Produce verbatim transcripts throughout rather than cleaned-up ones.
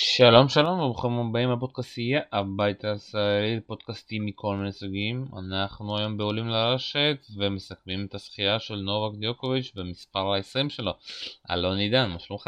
שלום שלום וברוכים הבאים לפודקאסט יהיה הבית הישראלי, פודקאסטים מכל מיני סוגים. אנחנו היום בעולים לרשת ומסכמים את הזכייה של נובק דיוקוביץ' במספר ה-עשרים שלו. אלון עידן, מה שלומך?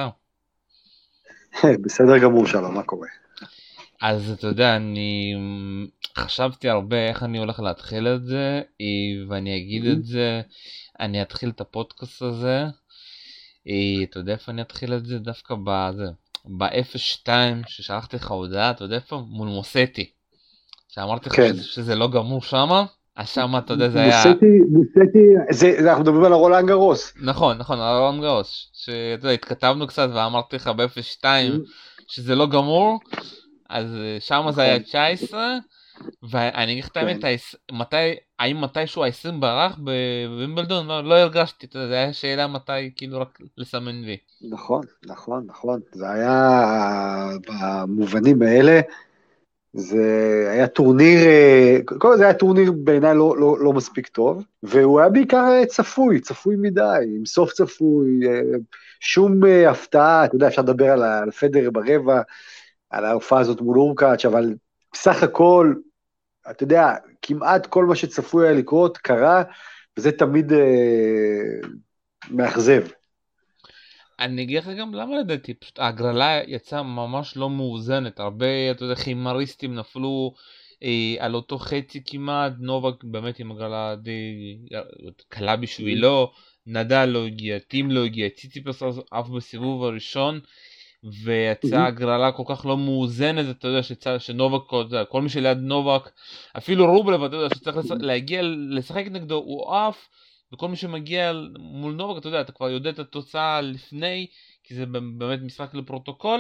בסדר גמור שלום, מה קורה? אז אתה יודע, אני חשבתי הרבה איך אני הולך להתחיל את זה, ואני אגיד את זה, אני אתחיל את הפודקאסט הזה, אתה יודע איפה אני אתחיל את זה? דווקא בזה. ב-אפס שתיים ששלחתי לך הודעה, אתה יודע איפה? מול מוסטי. שאמרתי לך כן. שזה, שזה לא גמור שמה, אז שמה אתה יודע זה היה... מוסטי, מוסטי, זה, אנחנו מדברים על הרולנד גרוס. נכון, נכון, הרון גאוס, שאתה יודע, התכתבנו קצת ואמרתי לך ב-אפס שתיים שזה לא גמור, אז שמה זה היה נכון. תשע עשרה, ואני אגיד לך את האמת, כן. מתי, האם מתישהו ה-עשרים ברח בווימבלדון? לא, לא הרגשתי, אתה יודע, זה היה שאלה מתי, כאילו רק לסמן וי. נכון, נכון, נכון. זה היה, במובנים האלה, זה היה טורניר, כל זה היה טורניר בעיניי לא, לא, לא מספיק טוב, והוא היה בעיקר צפוי, צפוי מדי, עם סוף צפוי, שום הפתעה, אתה יודע, אפשר לדבר על הפדר ברבע, על ההופעה הזאת מול אורקאץ', אבל בסך הכל, אתה יודע, כמעט כל מה שצפוי היה לקרות קרה, וזה תמיד אה, מאכזב. אני אגיד לך גם למה לדעתי, פשוט ההגרלה יצאה ממש לא מאוזנת, הרבה, אתה יודע, חימריסטים נפלו אה, על אותו חצי כמעט, נובק באמת עם הגרלה די קלה בשבילו, נדל לא הגיע, טים לא הגיע, ציציפס אף בסיבוב הראשון, ויצאה הגרלה כל כך לא מאוזנת, אתה יודע, שצא, שנובק, כל מי שליד נובק, אפילו רובלב, אתה יודע, שצריך לש... להגיע לשחק נגדו, הוא עף, וכל מי שמגיע מול נובק, אתה יודע, אתה כבר יודע את התוצאה לפני, כי זה באמת משחק לפרוטוקול,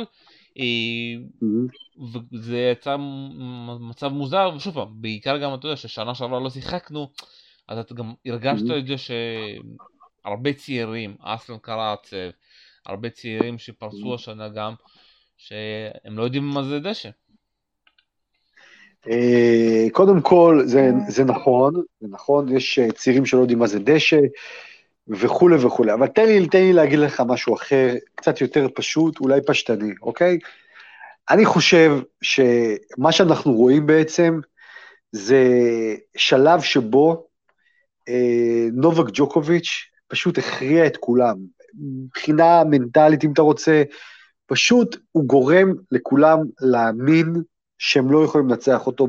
וזה יצא מצב מוזר, ושוב פעם, בעיקר גם, אתה יודע, ששנה שעברה לא שיחקנו, אז אתה גם הרגשת את זה שהרבה צעירים, אסלן קרצב, הרבה צעירים שפרצו השנה גם, שהם לא יודעים מה זה דשא. קודם כל, זה, זה נכון, זה נכון, יש צעירים שלא יודעים מה זה דשא, וכו' וכו', אבל תן לי, תן לי להגיד לך משהו אחר, קצת יותר פשוט, אולי פשטני, אוקיי? אני חושב שמה שאנחנו רואים בעצם, זה שלב שבו אה, נובק ג'וקוביץ' פשוט הכריע את כולם, מבחינה מנטלית אם אתה רוצה, פשוט הוא גורם לכולם להאמין שהם לא יכולים לנצח אותו.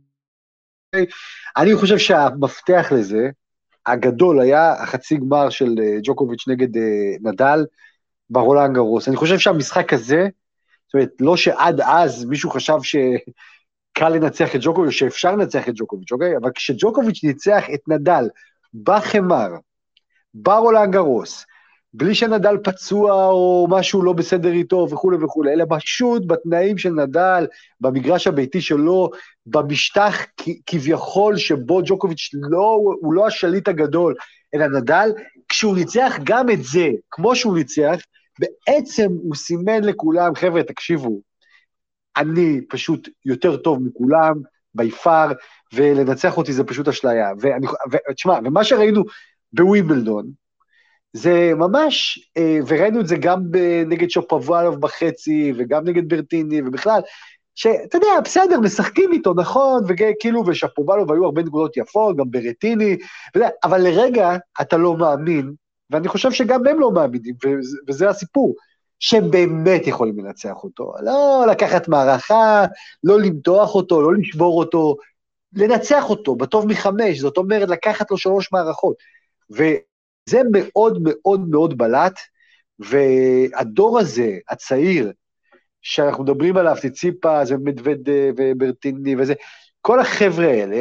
אני חושב שהמפתח לזה, הגדול היה החצי גמר של ג'וקוביץ' נגד נדל ברולנד גרוס. אני חושב שהמשחק הזה, זאת אומרת, לא שעד אז מישהו חשב שקל לנצח את ג'וקוביץ', שאפשר לנצח את ג'וקוביץ', אוקיי? אבל כשג'וקוביץ' ניצח את נדל בחמר, ברולנד גרוס, בלי שנדל פצוע או משהו לא בסדר איתו וכו' וכו', אלא פשוט בתנאים של נדל, במגרש הביתי שלו, במשטח כביכול שבו ג'וקוביץ' לא, הוא לא השליט הגדול, אלא נדל, כשהוא ניצח גם את זה, כמו שהוא ניצח, בעצם הוא סימן לכולם, חבר'ה תקשיבו, אני פשוט יותר טוב מכולם, ביפר, ולנצח אותי זה פשוט אשליה, ואני, ותשמע, ומה שראינו בווימבלדון, זה ממש, וראינו את זה גם נגד שופובלוב בחצי, וגם נגד ברטיני, ובכלל, שאתה יודע, בסדר, משחקים איתו, נכון, וכאילו, ושופובלוב היו הרבה נקודות יפות, גם ברטיני, אבל לרגע אתה לא מאמין, ואני חושב שגם הם לא מאמינים, וזה הסיפור, שהם באמת יכולים לנצח אותו, לא לקחת מערכה, לא למתוח אותו, לא לשבור אותו, לנצח אותו, בטוב מחמש, זאת אומרת, לקחת לו שלוש מערכות, ו... זה מאוד מאוד מאוד בלט, והדור הזה, הצעיר, שאנחנו מדברים עליו, ציציפה, זה מדווד וברטיני וזה, כל החבר'ה האלה,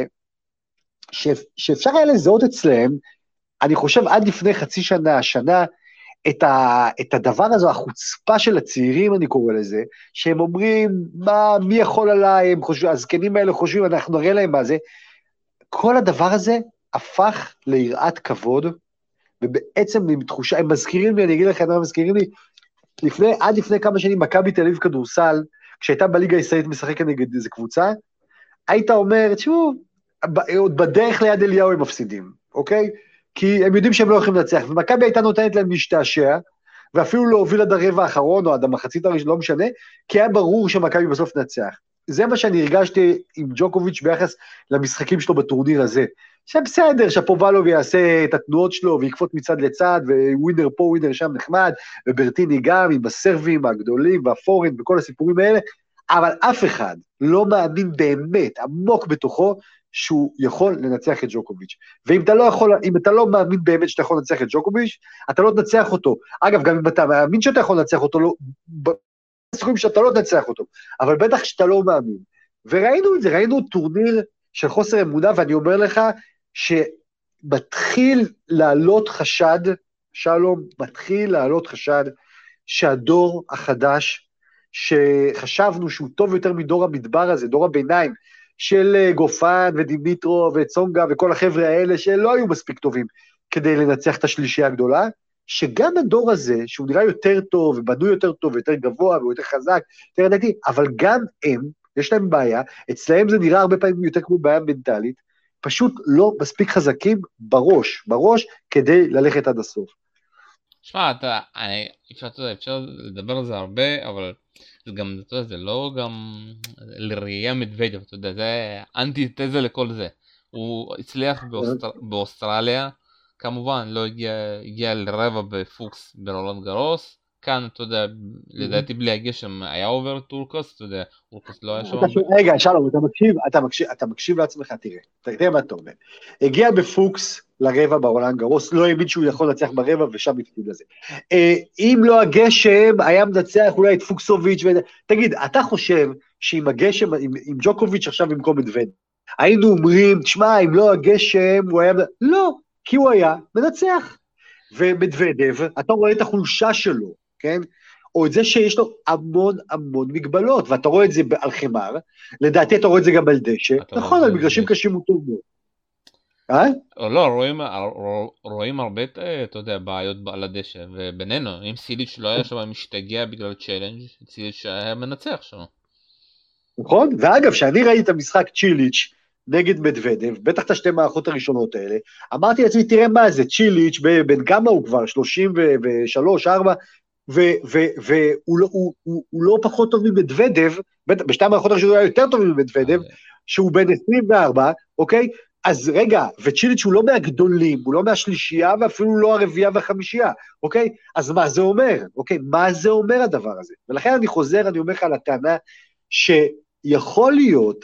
שאפשר היה לזהות אצלם, אני חושב עד לפני חצי שנה, שנה, את, ה, את הדבר הזה, החוצפה של הצעירים, אני קורא לזה, שהם אומרים, מה, מי יכול עליי, הם חושבים, הזקנים האלה חושבים, אנחנו נראה להם מה זה, כל הדבר הזה הפך ליראת כבוד, ובעצם עם תחושה, הם מזכירים לי, אני אגיד לכם, הם מזכירים לי, לפני, עד לפני כמה שנים, מכבי תל אביב כדורסל, כשהייתה בליגה הישראלית משחקת נגד איזה קבוצה, היית אומר, תשמעו, עוד בדרך ליד אליהו הם מפסידים, אוקיי? כי הם יודעים שהם לא יכולים לנצח, ומכבי הייתה נותנת להם להשתעשע, ואפילו לא הוביל עד הרבע האחרון, או עד המחצית הראשון, לא משנה, כי היה ברור שמכבי בסוף נצח. זה מה שאני הרגשתי עם ג'וקוביץ' ביחס למשחקים שלו בטורניר הזה. שבסדר, שפובלוב יעשה את התנועות שלו, ויקפות מצד לצד, ווינר פה, ווינר שם נחמד, וברטיני גם, עם הסרבים הגדולים, והפורנד, וכל הסיפורים האלה, אבל אף אחד לא מאמין באמת, עמוק בתוכו, שהוא יכול לנצח את ג'וקוביץ'. ואם אתה לא יכול, אם אתה לא מאמין באמת שאתה יכול לנצח את ג'וקוביץ', אתה לא תנצח אותו. אגב, גם אם אתה מאמין שאתה יכול לנצח אותו, לא, בסיכויים שאתה לא תנצח אותו, אבל בטח שאתה לא מאמין. וראינו את זה, ראינו טורניר של חוסר אמונה, ואני אומר לך, שמתחיל לעלות חשד, שלום, מתחיל לעלות חשד, שהדור החדש, שחשבנו שהוא טוב יותר מדור המדבר הזה, דור הביניים, של גופן ודימיטרו וצונגה וכל החבר'ה האלה, שלא היו מספיק טובים, כדי לנצח את השלישייה הגדולה, שגם הדור הזה, שהוא נראה יותר טוב, ובנוי יותר טוב, יותר גבוה, ויותר חזק, יותר ידעתי, אבל גם הם, יש להם בעיה, אצלהם זה נראה הרבה פעמים יותר כמו בעיה מנטלית, פשוט לא מספיק חזקים בראש, בראש, כדי ללכת עד הסוף. שמע, אתה, אני, אפשר, אפשר לדבר על זה הרבה, אבל זה גם, אתה יודע, זה לא גם לראייה מדוודב, אתה יודע, זה אנטי-תזה לכל זה. הוא הצליח באוסטר, באוסטרליה, כמובן, לא הגיע, הגיע לרבע בפוקס ברולנד גרוס, כאן, אתה יודע, לדעתי בלי הגשם היה עובר טורקוס, אתה יודע, טורקוס לא היה שם. רגע, שלום, אתה מקשיב, אתה מקשיב, אתה מקשיב לעצמך, תראה, תראה מה אתה אומר. הגיע בפוקס לרבע ברולנד גרוס, לא האמין שהוא יכול לנצח ברבע, ושם הפסיד לזה. אם לא הגשם, היה מנצח אולי את פוקסוביץ' ו... תגיד, אתה חושב שעם הגשם, עם, עם ג'וקוביץ' עכשיו במקום מדוודב, היינו אומרים, תשמע, אם לא הגשם, הוא היה... לא, כי הוא היה מנצח. ומדוודב, אתה רואה את החולשה שלו, כן? או את זה שיש לו המון המון מגבלות, ואתה רואה את זה על חמר, לדעתי אתה רואה את זה גם על דשא, נכון, על מגרשים קשים הוא טוב מאוד. אה? לא, רואים, רואים הרבה, אתה יודע, בעיות על הדשא, ובינינו, אם סיליץ' לא היה שם משתגע בגלל צ'לנג', סיליץ' היה מנצח שם. נכון? ואגב, שאני ראיתי את המשחק צ'יליץ' נגד מדוודב, בטח את השתי מערכות הראשונות האלה, אמרתי לעצמי, תראה מה זה, צ'יליץ' בין כמה הוא כבר, שלושים ושלוש, ארבע, והוא לא פחות טוב ממדוודב, בשתי המערכות הראשונות היה יותר טוב ממדוודב, שהוא בין עשרים וארבע, אוקיי? אז רגע, וצ'יליץ' הוא לא מהגדולים, הוא לא מהשלישייה, ואפילו לא הרביעייה והחמישייה, אוקיי? אז מה זה אומר? אוקיי, מה זה אומר הדבר הזה? ולכן אני חוזר, אני אומר לך על הטענה, שיכול להיות,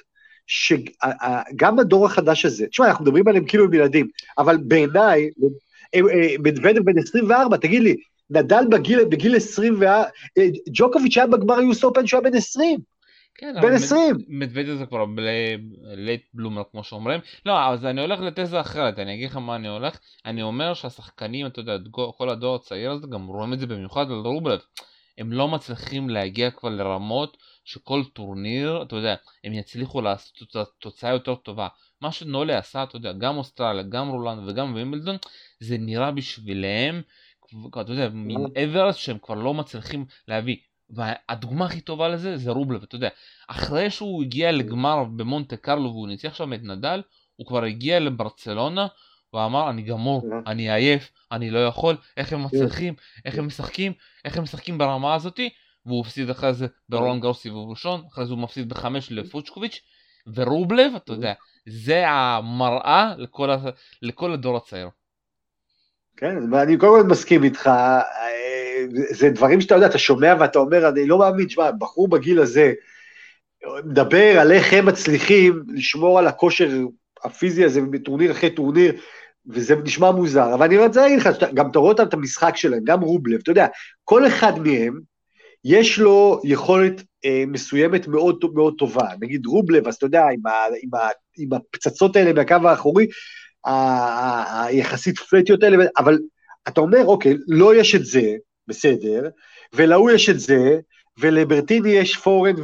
שגם הדור החדש הזה, תשמע, אנחנו מדברים עליהם כאילו עם ילדים, אבל בעיניי, מדוודב בין עשרים וארבע, תגיד לי, נדל בגיל, בגיל עשרים וארבע, ג'וקוביץ' היה בגמר יוס אופן שהוא היה בין עשרים, כן, בין עשרים. מדוודב זה כבר לייט בלומר כמו שאומרים. לא, אז אני הולך לתזה אחרת, אני אגיד לך מה אני הולך, אני אומר שהשחקנים, אתה יודע, כל הדור הצעיר הזה, גם רואים את זה במיוחד על רובלב, הם לא מצליחים להגיע כבר לרמות שכל טורניר, אתה יודע, הם יצליחו לעשות תוצאה יותר טובה. מה שנולי עשה, אתה יודע, גם אוסטרליה, גם רולנד וגם וימבלדון, זה נראה בשבילם, אתה יודע, מין אברס שהם כבר לא מצליחים להביא. והדוגמה הכי טובה לזה זה רובלב, אתה יודע, אחרי שהוא הגיע לגמר במונטה קרלו והוא ניצח שם את נדל, הוא כבר הגיע לברצלונה, ואמר, אני גמור, אני עייף, אני לא יכול, איך הם מצליחים, איך הם משחקים, איך הם משחקים ברמה הזאתי, והוא הפסיד אחרי זה ברולנד גרוס סיבוב ראשון, אחרי זה הוא מפסיד בחמש לפוצ'קוביץ', ורובלב, אתה יודע, זה המראה לכל, ה... לכל הדור הצעיר. כן, ואני קודם כל מסכים איתך, זה דברים שאתה יודע, אתה שומע ואתה אומר, אני לא מאמין, שמה, בחור בגיל הזה, מדבר על איך הם מצליחים לשמור על הכושר הפיזי הזה, בטורניר אחרי טורניר, וזה נשמע מוזר, אבל אני רוצה להגיד לך, גם אתה רואה אותם את המשחק שלהם, גם רובלב, אתה יודע, כל אחד מהם, יש לו יכולת אה, מסוימת מאוד, מאוד טובה, נגיד רובלב, אז אתה יודע, עם, ה, עם, ה, עם הפצצות האלה מהקו האחורי, היחסית פלטיות האלה, אבל אתה אומר, אוקיי, לא יש את זה, בסדר, ולהוא יש את זה, ולברטיני יש פורן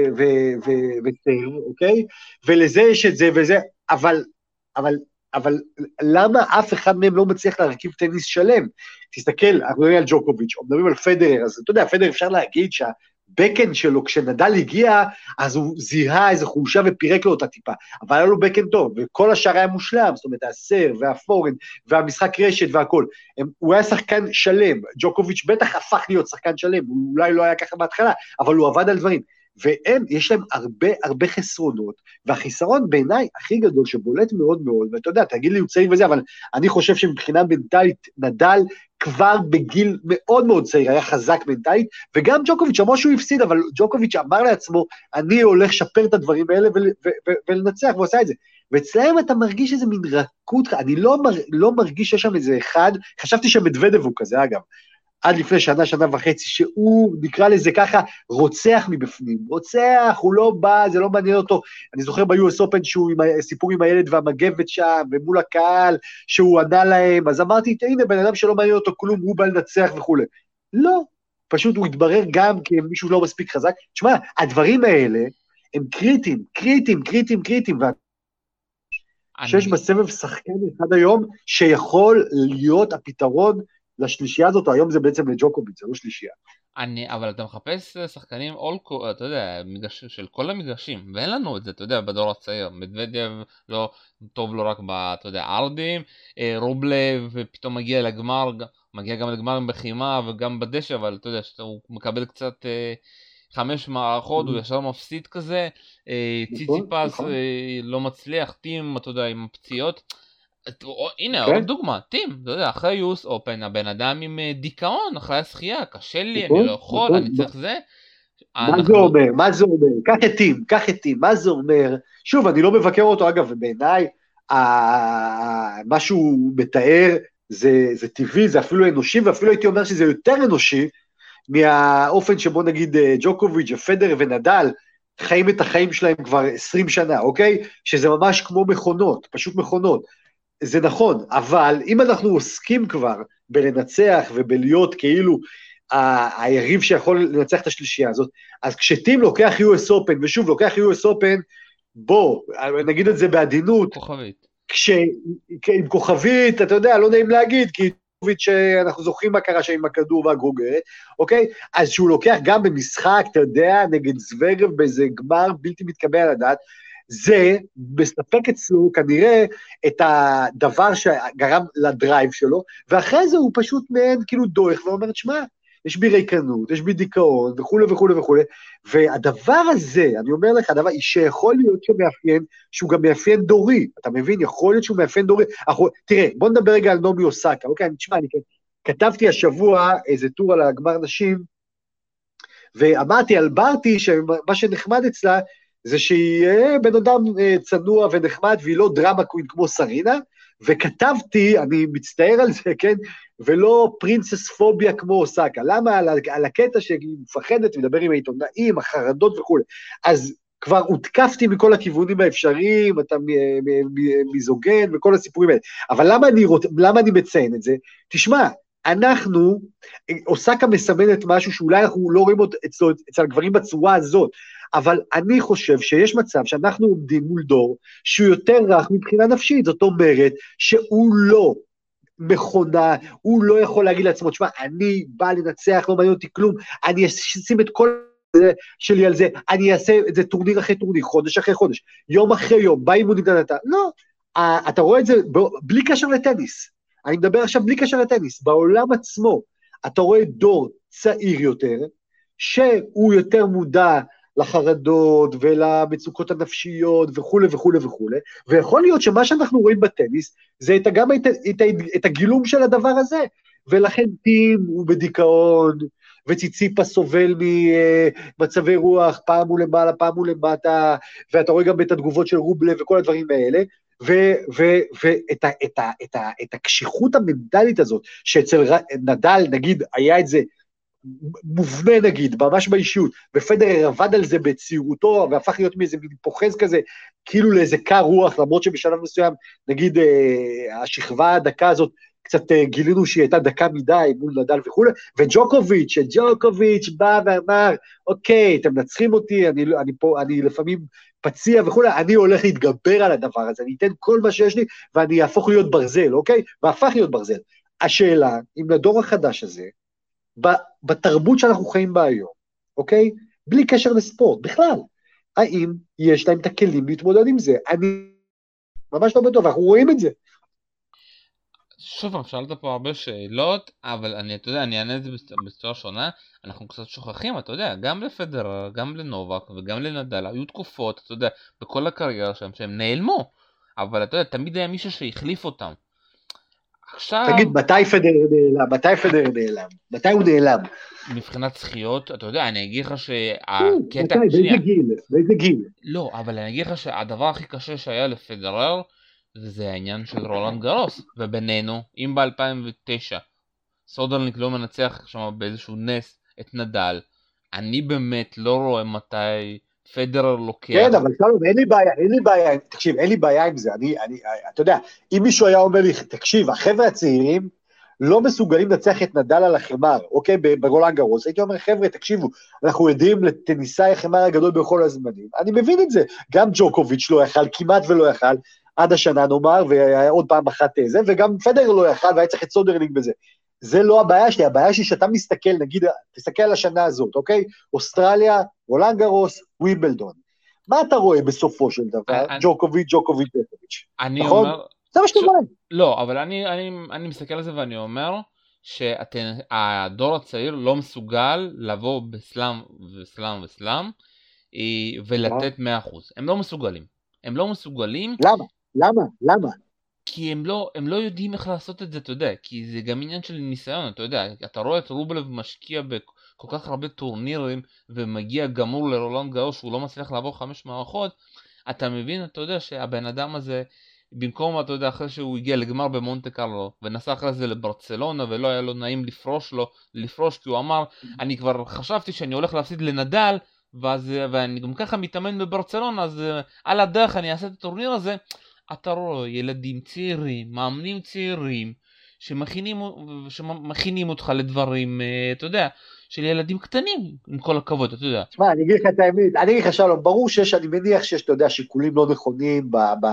וטר, אוקיי? ולזה יש את זה וזה, אבל, אבל, אבל למה אף אחד מהם לא מצליח להרכיב טניס שלם? תסתכל, אנחנו מדברים על ג'וקוביץ', או מדברים על פדרר, אז אתה יודע, פדרר אפשר להגיד הבקן שלו, כשנדל הגיע, אז הוא זיהה איזה חולשה ופירק לו אותה טיפה, אבל היה לו בקן טוב, וכל השאר היה מושלם, זאת אומרת, הסר והפורן, והמשחק רשת והכל, הם, הוא היה שחקן שלם, ג'וקוביץ' בטח הפך להיות שחקן שלם, הוא אולי לא היה ככה בהתחלה, אבל הוא עבד על דברים, והם, יש להם הרבה הרבה חסרונות, והחיסרון בעיניי הכי גדול שבולט מאוד מאוד, ואתה יודע, תגיד לי הוא צעיר וזה, אבל אני חושב שמבחינה מנטלית, נדל כבר בגיל מאוד מאוד צעיר, היה חזק מנטלית, וגם ג'וקוביץ' אמר שהוא הפסיד, אבל ג'וקוביץ' אמר לעצמו, אני הולך לשפר את הדברים האלה, ול, ו, ו, ולנצח, והוא עשה את זה. ואצלהם אתה מרגיש איזה מין רכות, אני לא, מר, לא מרגיש שיש שם איזה אחד, חשבתי שמדוודב הוא כזה, אגב, עד לפני שנה, שנה וחצי, שהוא, נקרא לזה ככה, רוצח מבפנים, רוצח, הוא לא בא, זה לא מעניין אותו, אני זוכר ב-יו אס Open שהוא עם, סיפור עם הילד והמגבת שם, ומול הקהל, שהוא ענה להם, אז אמרתי, הנה, בן אדם שלא מעניין אותו כלום, הוא בא לנצח וכו'. לא, פשוט הוא התברר גם כי מישהו לא מספיק חזק. תשמע, הדברים האלה, הם קריטיים, קריטיים, קריטיים, קריטיים, שיש בסבב שחקן אחד היום, שיכול להיות הפתרון, לשלישייה הזאת, היום זה בעצם לג'וקוביץ', זה לא שלישייה. אני, אבל אתה מחפש שחקנים אולקו, אתה יודע, מגש, של כל המגרשים, ואין לנו את זה, אתה יודע, בדור הצעיר, מדוודב לא טוב לו רק ב, אתה יודע, ארדים, רובלב, ופתאום מגיע לגמר, מגיע גם לגמרים בחימה וגם בדשא, אבל אתה יודע, הוא מקבל קצת חמש מערכות, הוא ישר מפסיד כזה, ציציפס לא מצליח, טים, אתה יודע, עם פציעות, הנה עוד דוגמה, טים, אתה יודע, אחרי יוס אופן, הבן אדם עם דיכאון, אחרי השחייה, קשה לי, אני לא יכול, אני צריך זה. מה זה אומר, מה זה אומר, קח את טים, קח את טים, מה זה אומר, שוב, אני לא מבקר אותו, אגב, ובעיניי, מה שהוא מתאר, זה טבעי, זה אפילו אנושי, ואפילו הייתי אומר שזה יותר אנושי, מהאופן שבו נגיד ג'וקוביץ' ופדר ונדל, חיים את החיים שלהם כבר עשרים שנה, אוקיי? שזה ממש כמו מכונות, פשוט מכונות. זה נכון, אבל אם אנחנו עוסקים כבר בלנצח ובלהיות כאילו ה- היריב שיכול לנצח את השלישייה הזאת, אז כשטים לוקח יו אס Open, ושוב לוקח יו אס Open, בוא, נגיד את זה בעדינות, כוכבית. כש... עם כוכבית, אתה יודע, לא נעים להגיד, כי כוכבית שאנחנו זוכרים מה קרה שם עם הכדור והגרוגרת, אוקיי? אז שהוא לוקח גם במשחק, אתה יודע, נגד זוורב באיזה גמר בלתי מתקבל על הדעת, זה מספק אצלו כנראה את הדבר שגרם לדרייב שלו, ואחרי זה הוא פשוט מעין כאילו דוח, ואומר, שמה, יש בי ריקנות, יש בי דיכאון, וכו' וכו' וכו', והדבר הזה, אני אומר לך, הדבר שיכול להיות שמאפיין, שהוא גם מאפיין דורי, אתה מבין, יכול להיות שהוא מאפיין דורי, אנחנו, תראה, בוא נדבר רגע על נעמי אוסקה, אוקיי, אני תשמע, אני כתבתי השבוע איזה טור על הגמר נשים, ואמרתי על ברטי, שמה שנחמד אצלה, זה שהיא בן אדם צנוע ונחמד, והיא לא דרמה קווין כמו סרינה, וכתבתי, אני מצטער על זה, כן, ולא פרינסס פוביה כמו אוסקה, למה? על, על הקטע שהיא מפחדת, מדבר עם העיתונאים, החרדות וכו', אז כבר הותקפתי מכל הכיוונים האפשריים, אתה מיזוגן וכל הסיפורים האלה, אבל למה אני, למה אני מציין את זה? תשמע, אנחנו, אוסקה מסמנת משהו שאולי אנחנו לא רואים אצל, אצל הגברים בצורה הזאת, אבל אני חושב שיש מצב שאנחנו עומדים מול דור שהוא יותר רך מבחינה נפשית, זאת אומרת שהוא לא מכונה, הוא לא יכול להגיד לעצמו, תשמע, אני בא לנצח, לא מעניין אותי כלום, אני אשים את כל זה שלי על זה, אני אעשה את זה טורניר אחרי טורניר, חודש אחרי חודש, יום אחרי יום, בא אימון נתנתה, לא, אתה רואה את זה בלי קשר לטניס, אני מדבר עכשיו בלי קשר לטניס, בעולם עצמו, אתה רואה דור צעיר יותר, שהוא יותר מודע לחרדות ולמצוקות הנפשיות וכו' וכו' וכו', ויכול להיות שמה שאנחנו רואים בטניס, זה את, גם את, את, את הגילום של הדבר הזה, ולכן טים הוא בדיכאון, וציציפה סובל ממצבי רוח, פעם הוא למעלה, פעם הוא למטה, ואתה רואה גם את התגובות של רובלב וכל הדברים האלה, ואת את את את הקשיחות המנטלית הזאת, שאצל נדל, נגיד, היה את זה, מובנה נגיד, ממש באישיות, ופדרר עבד על זה בצעירותו, והפך להיות מאיזה פוחז כזה, כאילו לאיזה קר רוח, למרות שבשלב מסוים, נגיד, השכבה הדקה הזאת, קצת גילינו שהיא הייתה דקה מדי, מול נדל וכו', וג'וקוביץ', שג'וקוביץ' בא ואמר, אוקיי, אתם נצחים אותי, אני, אני פה, אני לפעמים פציע וכו', אני הולך להתגבר על הדבר הזה, אני אתן כל מה שיש לי, ואני אהפוך להיות ברזל, אוקיי? והפך להיות ברזל. השאלה, אם לדור החדש הזה, בתרבות שאנחנו חיים בה היום, אוקיי? בלי קשר לספורט, בכלל. האם יש להם את הכלים להתמודד עם זה? אני ממש לא בטוח, אנחנו רואים את זה. שוב פעם, שאלת פה הרבה שאלות, אבל אני, אתה יודע, אני אענה את זה בצורה שונה. אנחנו קצת שוכחים, אתה יודע, גם לפדרר, גם לנובק וגם לנדל, היו תקופות, אתה יודע, בכל הקריירה שם, שהם נעלמו. אבל אתה יודע, תמיד היה מישהו שהחליף אותם. עכשיו, תגיד, מתי פדרר נעלם? מתי פדרר נעלם? מתי הוא נעלם? מבחינת זכיות, אתה יודע, אני אגיד לך מתי? שהקטע, באיזה שנייה, גיל? באיזה גיל? לא, אבל אני אגיד לך שהדבר הכי קשה שהיה לפדרר, זה העניין של רולנד גרוס, ובינינו, אם ב-אלפיים ותשע סודרלינק לא מנצח שם באיזשהו נס את נדל, אני באמת לא רואה מתי פדרר לוקח. כן, אבל שלום, אין לי בעיה, אין לי בעיה, תקשיב, אין לי בעיה עם זה, אני, אני, אתה יודע, אם מישהו היה אומר לי, תקשיב, החבר'ה הצעירים לא מסוגלים לנצח את נדל על החמר, אוקיי, ברולנד גרוס, הייתי אומר, חבר'ה, תקשיבו, אנחנו יודעים לטניסאי החמר הגדול בכל הזמנים, אני מבין את זה, גם ג'וקוביץ' לא יכל, כמעט ולא יכל, עד השנה נאמר, והיה עוד פעם אחת זה, וגם פדרר לא יכל, והיה צריך את סודרלינק בזה. זה לא הבעיה שלי, הבעיה שלי שאתה מסתכל, נגיד, תסתכל על השנה הזאת, אוקיי? אוסטרליה, רולנד גרוס, ווימבלדון. מה אתה רואה בסופו של דבר? אני, ג'וקוביץ', ג'וקוביץ', ג'וקוביץ'. אני נכון? אומר, זה מה שאתה ש... רואה. לא, אבל אני, אני, אני מסתכל על זה ואני אומר, שהדור הצעיר לא מסוגל לבוא בסלאם וסלאם וסלאם, ולתת מאה אחוז. הם לא מסוגלים. הם לא מסוגלים. למה? למה? למה? כי הם לא, הם לא יודעים איך לעשות את זה, אתה יודע, כי זה גם עניין של ניסיון, אתה יודע, אתה רואה את רובלב משקיע בכל כך הרבה טורנירים, ומגיע גמור לרולנד גרוס שהוא לא מצליח לעבור חמש מערכות, אתה מבין, אתה יודע שהבן אדם הזה, במקום, אתה יודע, אחרי שהוא הגיע לגמר במונטה קרלו, ונסע אחרי זה לברצלונה, ולא היה לו נעים לפרוש לו, לפרוש, כי הוא אמר, אני כבר חשבתי שאני הולך להפסיד לנדל, ואז, ואני גם ככה מתאמן בברצלונה, אז על הדרך אני אעשה את הטורניר הזה, אתה רואה ילדים צעירים, מאמנים צעירים, שמכינים, שמכינים אותך לדברים, אתה יודע, של ילדים קטנים, עם כל הכבוד, אתה יודע. תשמע, אני אגיד לך את האמת, אני אגיד לך שלום, ברור שיש, אני מניח שיש, אתה יודע, שיקולים לא נכונים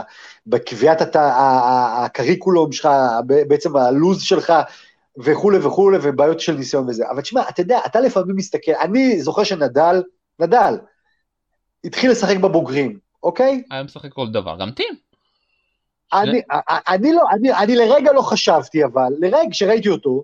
בקביעת הקריקולום שלך, בעצם הלוז שלך, וכו' וכו', ובעיות של ניסיון וזה, אבל תשמע, אתה יודע, אתה לפעמים מסתכל, אני זוכר שנדל, נדל, התחיל לשחק בבוגרים, אוקיי? היה משחק כל דבר, גם טים. אני, אני לא, אני, אני לרגע לא חשבתי, אבל לרגע שראיתי אותו,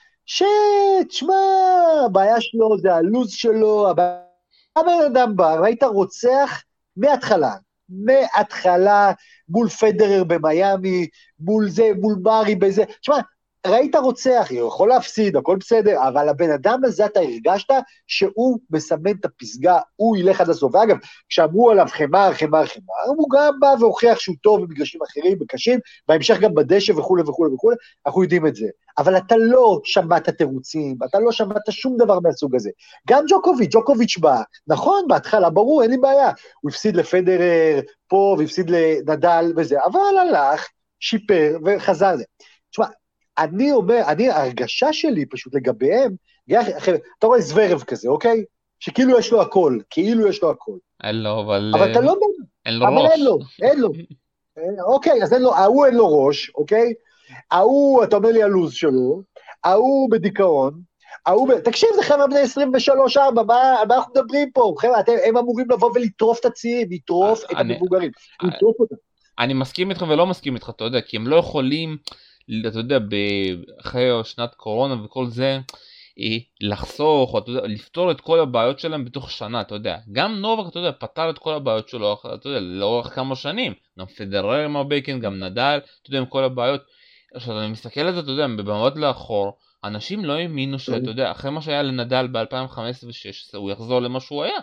שתשמע, הבעיה שלו זה הלוז שלו, הבן אדם בא, והיית רוצח מההתחלה, מההתחלה, מול פדרר במיימי, מול זה, מול מרי בזה, תשמע, ראית רוצח, הוא יכול להפסיד, הכל בסדר, אבל הבן אדם הזה אתה הרגשת שהוא מסמן את הפסגה, הוא ילך עד הסוף, ואגב, כשאמרו עליו חמר, חמר, חמר, הוא גם בא והוכיח שהוא טוב במגרשים אחרים, בקשים, בהמשך גם בדשא וכו' וכו' וכו', אנחנו יודעים את זה, אבל אתה לא שמעת תירוצים, אתה לא שמעת שום דבר מהסוג הזה, גם ג'וקוביץ', ג'וקוביץ' בא, נכון, בהתחלה, ברור, אין לי בעיה, הוא הפסיד לפדרר פה, והפסיד לנדל וזה, אבל הלך, שיפר וחזר לזה. תשמע, אני אומר, אני, ההרגשה שלי פשוט לגביהם, אתה רואה זוורב כזה, אוקיי? שכאילו יש לו הכל, כאילו יש לו הכל. אין לו, אבל... אבל אתה לא... אין לו אבל ראש. אין לו, אין לו. אוקיי, אז אין לו, ההוא אין לו ראש, אוקיי? ההוא, אתה אומר לי הלוז שלו, ההוא בדיכאון, ההוא, תקשיב, זה חבר'ה בני עשרים ושלוש ארבע, מה אנחנו מדברים פה? חבר'ה, הם אמורים לבוא ולטרוף את הצעירים, לטרוף את המבוגרים, לטרוף אותם. אני מסכים איתך ולא מסכים איתך, אתה יודע, כי הם לא יכולים... אתה יודע, אחרי שנת קורונה וכל זה, לחסוך, או, אתה יודע, לפתור את כל הבעיות שלהם בתוך שנה, אתה יודע. גם נובק, אתה יודע, פתר את כל הבעיות שלו, אתה יודע, לאורך כמה שנים. גם פדרר עם הבייקן, גם נדל, אתה יודע, עם כל הבעיות. עכשיו, אני מסתכל על זה, אתה יודע, במבט לאחור, אנשים לא האמינו שאתה יודע, אחרי מה שהיה לנדל ב-אלפיים וחמש עשרה ו-אלפיים ושש עשרה, הוא יחזור למה שהוא היה.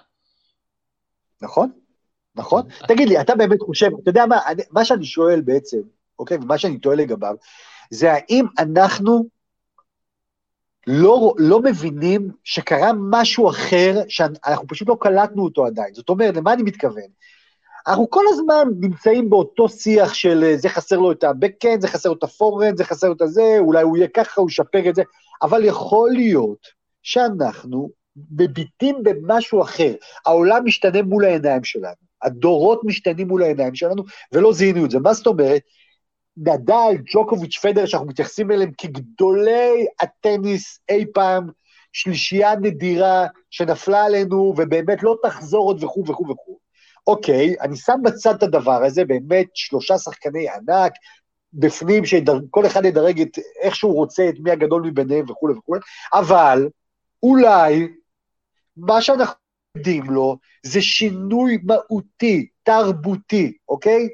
נכון, נכון. תגיד לי, אתה באמת חושב, אתה יודע מה, מה שאני שואל בעצם, אוקיי, ומה שאני טוען לגביו, זה האם אנחנו לא, לא מבינים שקרה משהו אחר, שאנחנו פשוט לא קלטנו אותו עדיין. זאת אומרת, למה אני מתכוון? אנחנו כל הזמן נמצאים באותו שיח של זה חסר לו את הבקן, זה חסר לו את הפורנד, זה חסר לו את הזה, אולי הוא יהיה ככה, הוא ישפר את זה, אבל יכול להיות שאנחנו מביטים במשהו אחר. העולם משתנה מול העיניים שלנו, הדורות משתנים מול העיניים שלנו, ולא זיהינו את זה. מה זאת אומרת? נדל, ג'וקוביץ', פדרר, שאנחנו מתייחסים אליהם כגדולי הטניס אי פעם, שלישייה נדירה שנפלה עלינו, ובאמת לא תחזור עוד וכו' וכו' וכו'. אוקיי, אני שם בצד את הדבר הזה, באמת שלושה שחקני ענק, בפנים שכל אחד ידרג את איך שהוא רוצה, את מי הגדול מביניהם וכו' וכו', אבל אולי מה שאנחנו יודעים לו, זה שינוי מהותי, תרבותי, אוקיי?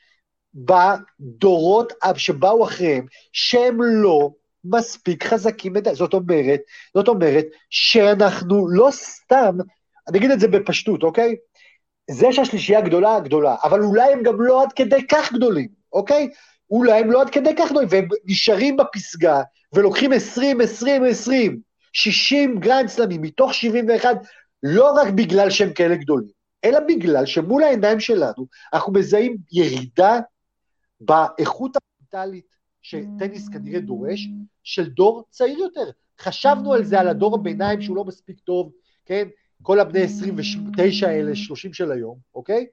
בדורות שבאו אחריהם, שהם לא מספיק חזקים, זאת אומרת, זאת אומרת, שאנחנו לא סתם, אני אגיד את זה בפשטות, אוקיי? זה שהשלישייה גדולה, גדולה, אבל אולי הם גם לא עד כדי כך גדולים, אוקיי? אולי הם לא עד כדי כך גדולים, והם נשארים בפסגה, ולוקחים עשרים, עשרים, עשרים, שישים גרנד סלמים, מתוך שבעים ואחת, לא רק בגלל שהם כאלה גדולים, אלא בגלל שמול העיניים שלנו, אנחנו מזהים ירידה באיכות המנטלית שטניס כנראה דורש, של דור צעיר יותר. חשבנו על זה, על הדור הביניים שהוא לא מספיק טוב, כן? כל הבני עשרים ותשע האלה, שלושים של היום, אוקיי?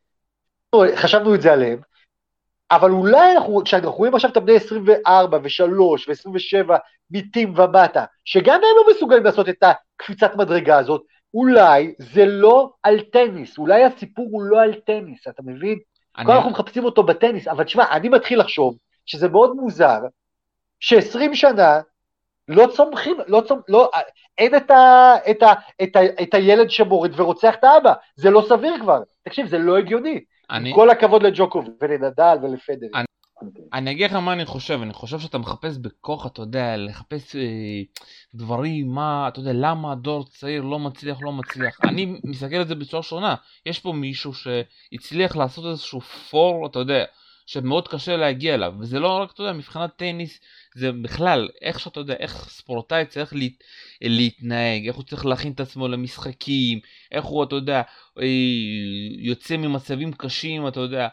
חשבנו את זה עליהם, אבל אולי אנחנו, כשאנחנו רואים עכשיו את הבני עשרים וארבע ו-שלוש ו-עשרים ושבע מיתים ומטה, שגם הם לא מסוגלים לעשות את הקפיצת מדרגה הזאת, אולי זה לא על טניס, אולי הסיפור הוא לא על טניס, אתה מבין? אני... כל אנחנו מחפשים אותו בטניס, אבל תשמע, אני מתחיל לחשוב שזה מאוד מוזר, ש-עשרים שנה לא צומחים, לא צומח, לא, אין את, ה, את, ה, את, ה, את הילד שמורד ורוצח את האבא, זה לא סביר כבר, תקשיב, זה לא הגיוני, אני... עם כל הכבוד לג'וקוביץ' ולנדל ולפדרר. אני... אני אגיד לך מה אני חושב, אני חושב שאתה מחפש בכוח, אתה יודע, לחפש אה, דברים, מה, אתה יודע, למה הדור צעיר לא מצליח, לא מצליח. אני מסתכל על זה בצורה שונה, יש פה מישהו שהצליח לעשות איזשהו פור, אתה יודע, שמאוד קשה להגיע אליו, וזה לא רק, אתה יודע, מבחינת טניס, זה בכלל, איך שאתה יודע, איך ספורטאי צריך לה, להתנהג, איך הוא צריך להכין את עצמו למשחקים, איך הוא, אתה יודע, אה, יוצא ממצבים קשים, אתה יודע,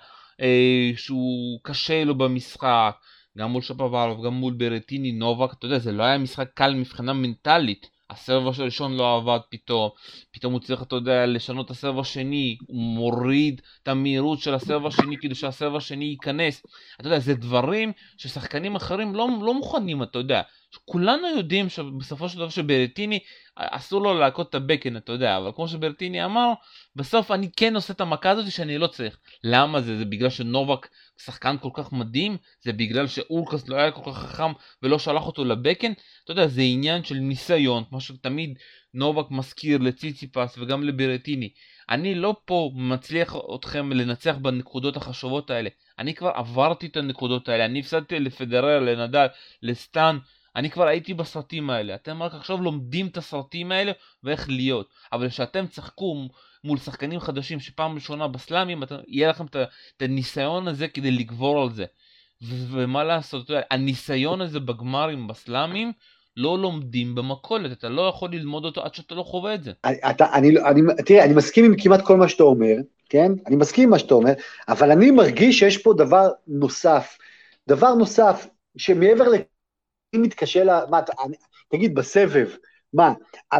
שהוא קשה לו במשחק, גם מול שפוברוב, גם מול ברטיני, נובק, אתה יודע, זה לא היה משחק קל מבחינה מנטלית, הסרב הראשון לא עבד פתאום, פתאום הוא צריך, אתה יודע, לשנות את הסרב השני, הוא מוריד את המהירות של הסרב השני, כדי שהסרב השני ייכנס, אתה יודע, זה דברים ששחקנים אחרים לא, לא מוכנים, אתה יודע, כולנו יודעים שבסופו של דבר שברטיני, אסור לו להכות את הבקן, אתה יודע, אבל כמו שברטיני אמר, בסוף אני כן עושה את המכה הזאת שאני לא צריך. למה זה? זה בגלל שנובק שחקן כל כך מדהים? זה בגלל שאורקס לא היה כל כך חכם ולא שלח אותו לבקן? אתה יודע, זה עניין של ניסיון, כמו שתמיד נובק מזכיר לציציפס וגם לברטיני. אני לא פה מצליח אתכם לנצח בנקודות החשובות האלה. אני כבר עברתי את הנקודות האלה, אני הפסדתי לפדרר, לנדל, לסטן, אני כבר הייתי בסרטים האלה, אתם רק עכשיו לומדים את הסרטים האלה ואיך להיות, אבל כשאתם צחקו מול שחקנים חדשים שפעם ראשונה בסלאמים, יהיה לכם את הניסיון הזה כדי לגבור על זה, ו- ומה לעשות, אתה יודע, הניסיון הזה בגמרים בסלאמים, לא לומדים במקולת, אתה לא יכול ללמוד אותו עד שאתה לא חווה את זה. אתה, אני, אני, תראה, אני מסכים עם כמעט כל מה שאתה אומר, כן? אני מסכים עם מה שאתה אומר, אבל אני מרגיש שיש פה דבר נוסף, דבר נוסף, שמעבר ל... אם מתקשה לה, מה, תגיד, בסבב, מה,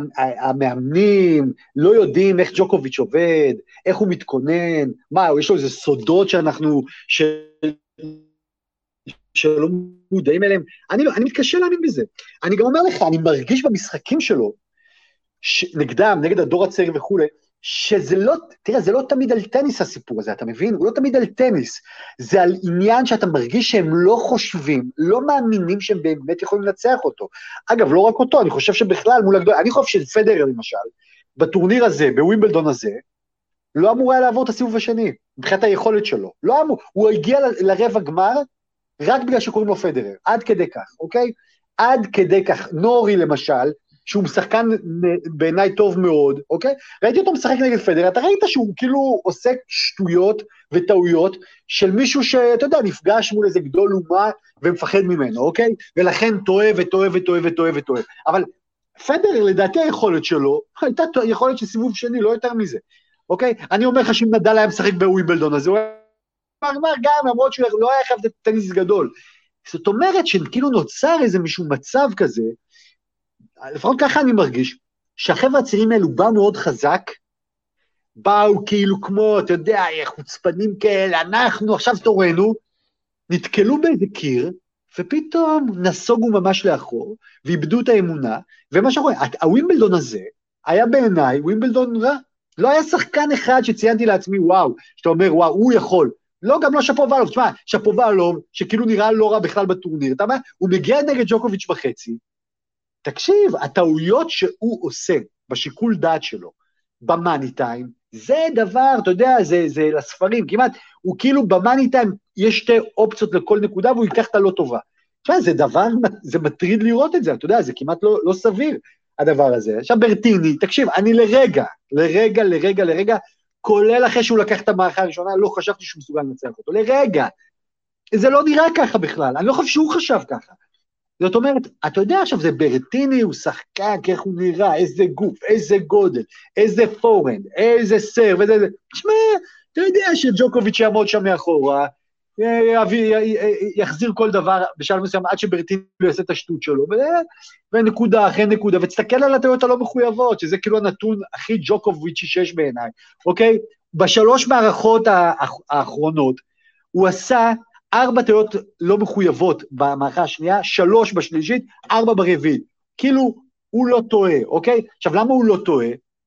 המאמנים לא יודעים איך ג'וקוביץ' עובד, איך הוא מתכונן, מה, יש לו איזה סודות שאנחנו, ש... שלא מודעים אליהם, אני, אני מתקשה להאמין בזה, אני גם אומר לך, אני מרגיש במשחקים שלו, ש... נגדם, נגד הדור הצעיר וכו', שזה לא, תראה, זה לא תמיד על טניס הסיפור הזה, אתה מבין? הוא לא תמיד על טניס, זה על עניין שאתה מרגיש שהם לא חושבים, לא מאמינים שהם באמת יכולים לנצח אותו. אגב, לא רק אותו, אני חושב שבכלל מול הגדול, אני חושב שפדרר למשל, בטורניר הזה, בווימבלדון הזה, לא אמור היה לעבור את הסיבוב השני, מבחינת היכולת שלו, לא אמור, הוא הגיע ל- לרבע גמר, רק בגלל שקוראים לו פדרר, עד כדי כך, אוקיי? עד כדי כך, נורי למשל, שהוא משחקן בעיניי טוב מאוד, אוקיי? ראיתי אותו משחק נגד פדרר, אתה ראית שהוא כאילו עושה שטויות וטעויות של מישהו שאתה יודע, נפגש מול איזה גדול אומה ומפחד ממנו, אוקיי? ולכן טועה וטועה וטועה וטועה וטועה. אבל פדרר, לדעתי היכולת שלו, הייתה יכולת של סיבוב שני, לא יותר מזה, אוקיי? אני אומר לך שאם נדל היה משחק בווימבלדון, אז הוא אמר גם, למרות שהוא לא היה חייב טניס גדול. זאת אומרת שכאילו נוצר איזה מישהו מצב כזה, לפחות ככה אני מרגיש, שהחבר'ה הצעירים האלו באו מאוד חזק, באו כאילו כמו, אתה יודע, חוצפנים כאלה, אנחנו עכשיו תורנו, נתקלו באיזה קיר, ופתאום נסוגו ממש לאחור, ואיבדו את האמונה, ומה שאנחנו רואים, הווימבלדון הזה, היה בעיניי ווימבלדון רע, לא היה שחקן אחד שציינתי לעצמי, וואו, שאתה אומר, וואו, הוא יכול, לא, גם לא שפובלוב, תשמע, שפובלוב, שכאילו נראה לא רע בכלל בטורניר, אתה אומר, הוא מגיע נגד ג'וקוביץ' בחצי, תקשיב, הטעויות שהוא עושה, בשיקול דעת שלו, במאני טיים, זה דבר, אתה יודע, זה, זה לספרים, כמעט, הוא כאילו במאני טיים, יש שתי אופציות לכל נקודה, והוא ייקח את הלא טובה. תשמע, זה דבר, זה מטריד לראות את זה, אתה יודע, זה כמעט לא, לא סביר, הדבר הזה. עכשיו ברטיני, תקשיב, אני לרגע, לרגע, לרגע, לרגע, כולל אחרי שהוא לקח את המערכה הראשונה, לא חשבתי שהוא מסוגל לנצח אותו, לרגע. זה לא נראה ככה בכלל, אני לא חושב שהוא חשב ככה. זאת אומרת, אתה יודע עכשיו, זה ברטיני, הוא שחקן, איך הוא נראה, איזה גוף, איזה גודל, איזה פורנד, איזה סר, וזה, תשמע, אתה יודע שג'וקוביץ' יעמוד שם מאחורה, יחזיר כל דבר בשלב מסוים, עד שברטיני יעשה את השטות שלו, ונקודה אחרי נקודה, ותסתכל על הטעויות הלא מחויבות, שזה כאילו הנתון הכי ג'וקוביץ' שיש בעיניי, אוקיי? בשלוש מערכות האחרונות, הוא עשה ארבע טעויות לא מחויבות במערכה השנייה, שלוש בשלישית, ארבע ברביעית. כאילו, הוא לא טועה, אוקיי? עכשיו, למה הוא לא טועה?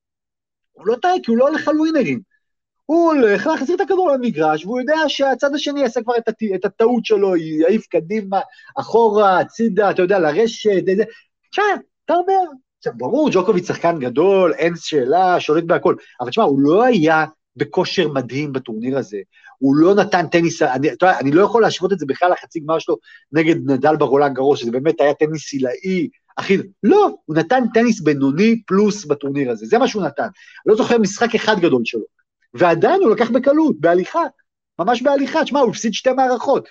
הוא לא טועה, כי הוא לא הולך על ווינרים. הוא הולך להחזיר את הכדור למגרש, והוא יודע שהצד השני יעשה כבר את, הת... את הטעות שלו, יעיף קדימה, אחורה, הצידה, אתה יודע, לרשת, איזה... עכשיו, אתה אומר, עכשיו, ברור, ג'וקוביץ' שחקן גדול, אין שאלה, שולט בהכל, אבל תשמע, הוא לא היה בכושר מדהים בטורניר הזה, הוא לא נתן טניס, אני, אתה יודע, אני לא יכול להשוות את זה בכלל לחצי גמר שלו נגד נדל ברולאן גארוס, שזה באמת היה טניס סילאי, אחי, לא, הוא נתן טניס בינוני פלוס בטורניר הזה, זה מה שהוא נתן, אני לא זוכר משחק אחד גדול שלו, ועדיין הוא לקח בקלות, בהליכה, ממש בהליכה, תשמע, הוא הפסיד שתי מערכות,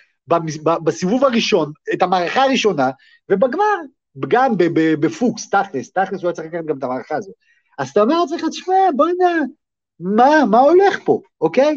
בסיבוב הראשון, את המערכה הראשונה, ובגמר, גם בפוקס, תכלס, תכלס הוא היה צריך לקחת גם את המערכה הזו, אז אתה אומר, צריך תשמע, בואי נע, מה, מה הולך פה, אוקיי?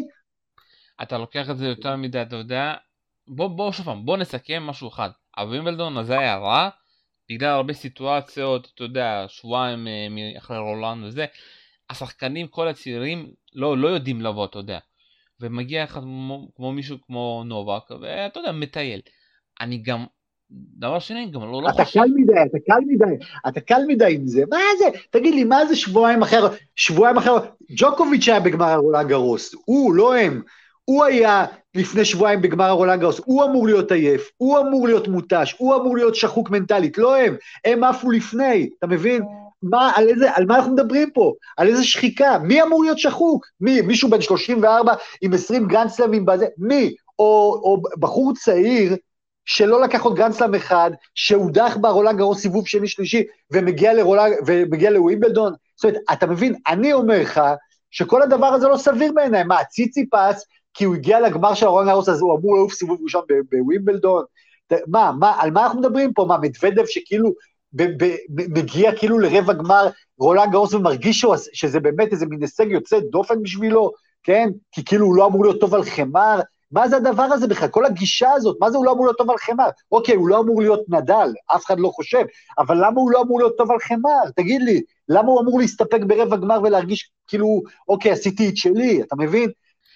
אתה לוקח את זה יותר מדי, אתה יודע, בוא, בוא, שוב פעם, בוא נסכם משהו אחד, הווימבלדון הזה היה רע, בגלל הרבה סיטואציות, אתה יודע, שבועיים אחרי רולנד וזה, השחקנים, כל הצעירים, לא, לא יודעים לבוא, אתה יודע, ומגיע אחד כמו, כמו מישהו כמו נובק, ואתה יודע, מטייל. אני גם, דבר שני, גם לא, לא אתה חושב... קל מדי, אתה קל מדי, אתה קל מדי עם זה, מה זה? תגיד לי, מה זה שבועיים אחר, שבועיים אחר, ג'וקוביץ' היה בגמר הרולאן גארוס, הוא, לא הם, הוא היה לפני שבועיים בגמר הרולאן גארוס, הוא אמור להיות עייף, הוא אמור להיות מוטש, הוא אמור להיות שחוק מנטלית, לא הם, הם עפו לפני, אתה מבין? מה, על, איזה, על מה אנחנו מדברים פה? על איזה שחיקה? מי אמור להיות שחוק? מי? מישהו בן שלושים וארבע עם עשרים גרנדסלמים בזה? מי? או, או בחור צעיר שלא לקח עוד גרנדסלם אחד, שהודח ברולאן גארוס סיבוב שני שלישי, ומגיע, לרולאן, ומגיע לווימבלדון? זאת אומרת, אתה מבין, אני אומר לך, שכל הדבר הזה לא סביר בעיניי, מה, ציציפס, כי הוא הגיע לגמר של הרולאן גארוס, אז הוא אמור לעוף סיבוב ראשון בווימבלדון? מה, מה, על מה אנחנו מדברים פה? מה, מדוודב שכאילו, ב- ב- מגיע כאילו לרבע גמר רולאן גארוס ומרגיש שזה באמת איזה מין הישג יוצא דופן בשבילו, כן? כי כאילו הוא לא אמור להיות טוב על חמר, מה זה הדבר הזה בכלל? כל הגישה הזאת, מה זה הוא לא אמור להיות טוב על חמר? אוקיי, הוא לא אמור להיות נדל, אף אחד לא חושב, אבל למה הוא לא אמור להיות טוב על חמר? תגיד לי, למה הוא אמור להסתפק ברבע גמר ולהרגיש כאילו, אוקיי, עשיתי את שלי, אתה מבין?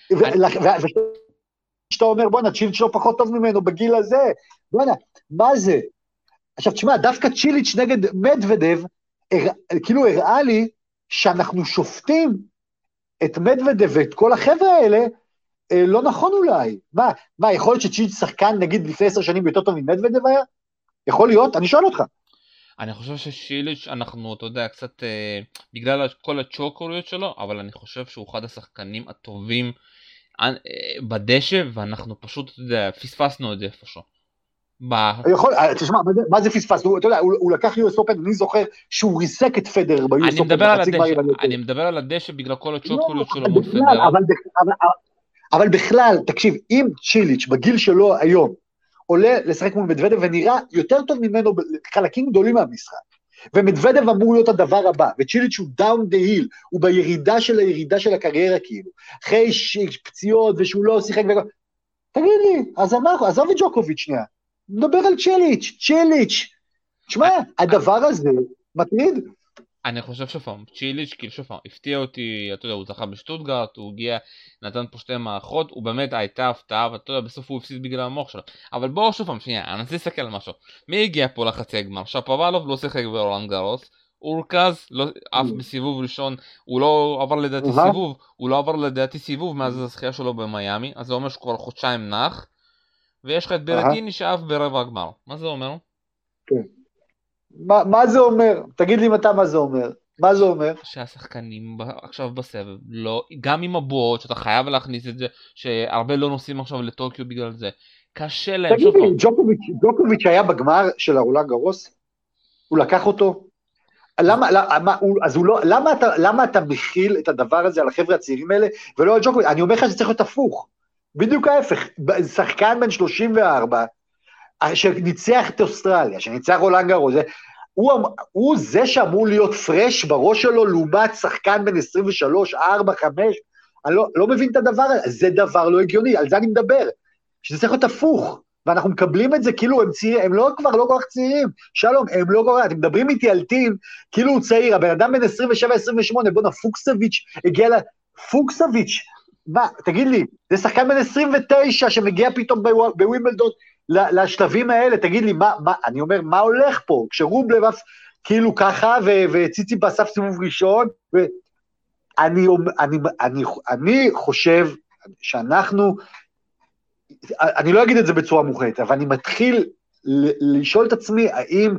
ושאתה אומר, בוא'נה, צ'ילץ' לא פחות טוב ממנו בגיל הזה, בוא'נה, מה זה? עכשיו, תשמע, דווקא צ'יליץ' נגד מדוודב, הר... כאילו הראה לי שאנחנו שופטים את מדוודב ואת כל החבר'ה האלה, אה, לא נכון אולי. מה, מה, יכול להיות שצ'יליץ' שחקן, נגיד, לפני עשר שנים יותר טוב ממדוודב היה? יכול להיות? אני שואל אותך. אני חושב ששיליץ' אנחנו, אתה יודע, קצת, אה, בגלל כל הצ'וקוריות שלו, אבל אני חושב שהוא אחד השחקנים הטובים אה, בדשא, ואנחנו פשוט, אתה יודע, פספסנו את זה איפשהו. יכול, תשמע, מה זה פספס? אתה יודע, הוא לקח יו אס Open, אני זוכר שהוא ריסק את פדר ב-יו אס Open. אני מדבר על הדשא בגלל כל הצ'וקוליות שלו מול פדר. אבל בכלל, תקשיב, אם צ'יליץ' בגיל שלו היום עולה לשחק מול מדוודב ונראה יותר טוב ממנו חלקים גדולים מהמשחק, ומדוודב אמור להיות הדבר הבא, וצ'יליץ' הוא דאון דה היל, הוא בירידה של הירידה של הקריירה כאילו, אחרי פציעות ושהוא לא שיחק, תגיד לי, אז עזוב את ג'וקוביץ' שנייה, נדבר על צ'יליץ', צ'יליץ', תשמע, הדבר הזה מטריד. אני חושב שפעם, צ'יליץ' כאילו שפעם, הפתיע אותי, אתה יודע, הוא זכה בשטוטגרט, הוא הגיע, נתן פה שתי מערכות, הוא באמת הייתה הפתעה, ואתה יודע, בסוף הוא הפסיד בגלל המוח שלו. אבל בואו שפעם, שנייה, אני רוצה להסתכל על משהו. מי הגיע פה לחצי הגמר? שפוואלוב לא שיחק ברולאן גארוס, אורקז, לא, אף בסיבוב ראשון, הוא לא עבר לדעתי סיבוב, הוא לא עבר לדעתי סיבוב מאז הזכייה שלו במיימי, אז זה אומר שהוא כבר חודשיים נח, ויש לך את ברטיני שאף ברבע הגמר. מה זה אומר? כן. מה, מה זה אומר? תגיד לי מתי מה זה אומר. מה זה אומר? שהשחקנים עכשיו בסבב, לא, גם עם הבועות, שאתה חייב להכניס את זה, שהרבה לא נוסעים עכשיו לטוקיו בגלל זה, קשה להם. תגיד לי, ג'וקוביץ', ג'וקוביץ' היה בגמר של הרולאן גארוס? הוא לקח אותו? למה, למה, אז הוא לא, למה אתה, למה אתה מכיל את הדבר הזה על החבר'ה הצעירים האלה, ולא על ג'וקוביץ'? אני אומר לך שצריך להיות הפוך. בדיוק ההפך. שחקן בן שלושים וארבע, שניצח את אוסטרליה, שניצח רולאן גארוס, הוא, הוא זה שאמור להיות פרש בראש שלו, לעומת שחקן בין עשרים ושלוש, ארבע, חמש, אני לא, לא מבין את הדבר הזה, זה דבר לא הגיוני, על זה אני מדבר, שזה צריך להיות הפוך, ואנחנו מקבלים את זה כאילו הם צעירים, הם לא כבר לא כל כך צעירים, שלום, הם לא כל כך, אתם מדברים איתי על טים, כאילו הוא צעיר, הבן אדם בין עשרים ושבע עשרים ושמונה, בוא נה, פוקסביץ' הגיע לה, פוקסביץ', מה, תגיד לי, זה שחקן בין עשרים ותשע שמגיע פתאום בווימבלדון, לשלבים האלה, תגיד לי, מה, מה, אני אומר, מה הולך פה? כשרובלב אף כאילו ככה, וציצי באסף סיבוב ראשון, ואני אני, אני, אני חושב שאנחנו, אני לא אגיד את זה בצורה מוחלטת, אבל אני מתחיל לשאול את עצמי, האם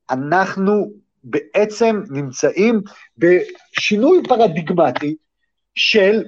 אנחנו בעצם נמצאים בשינוי פרדיגמטי של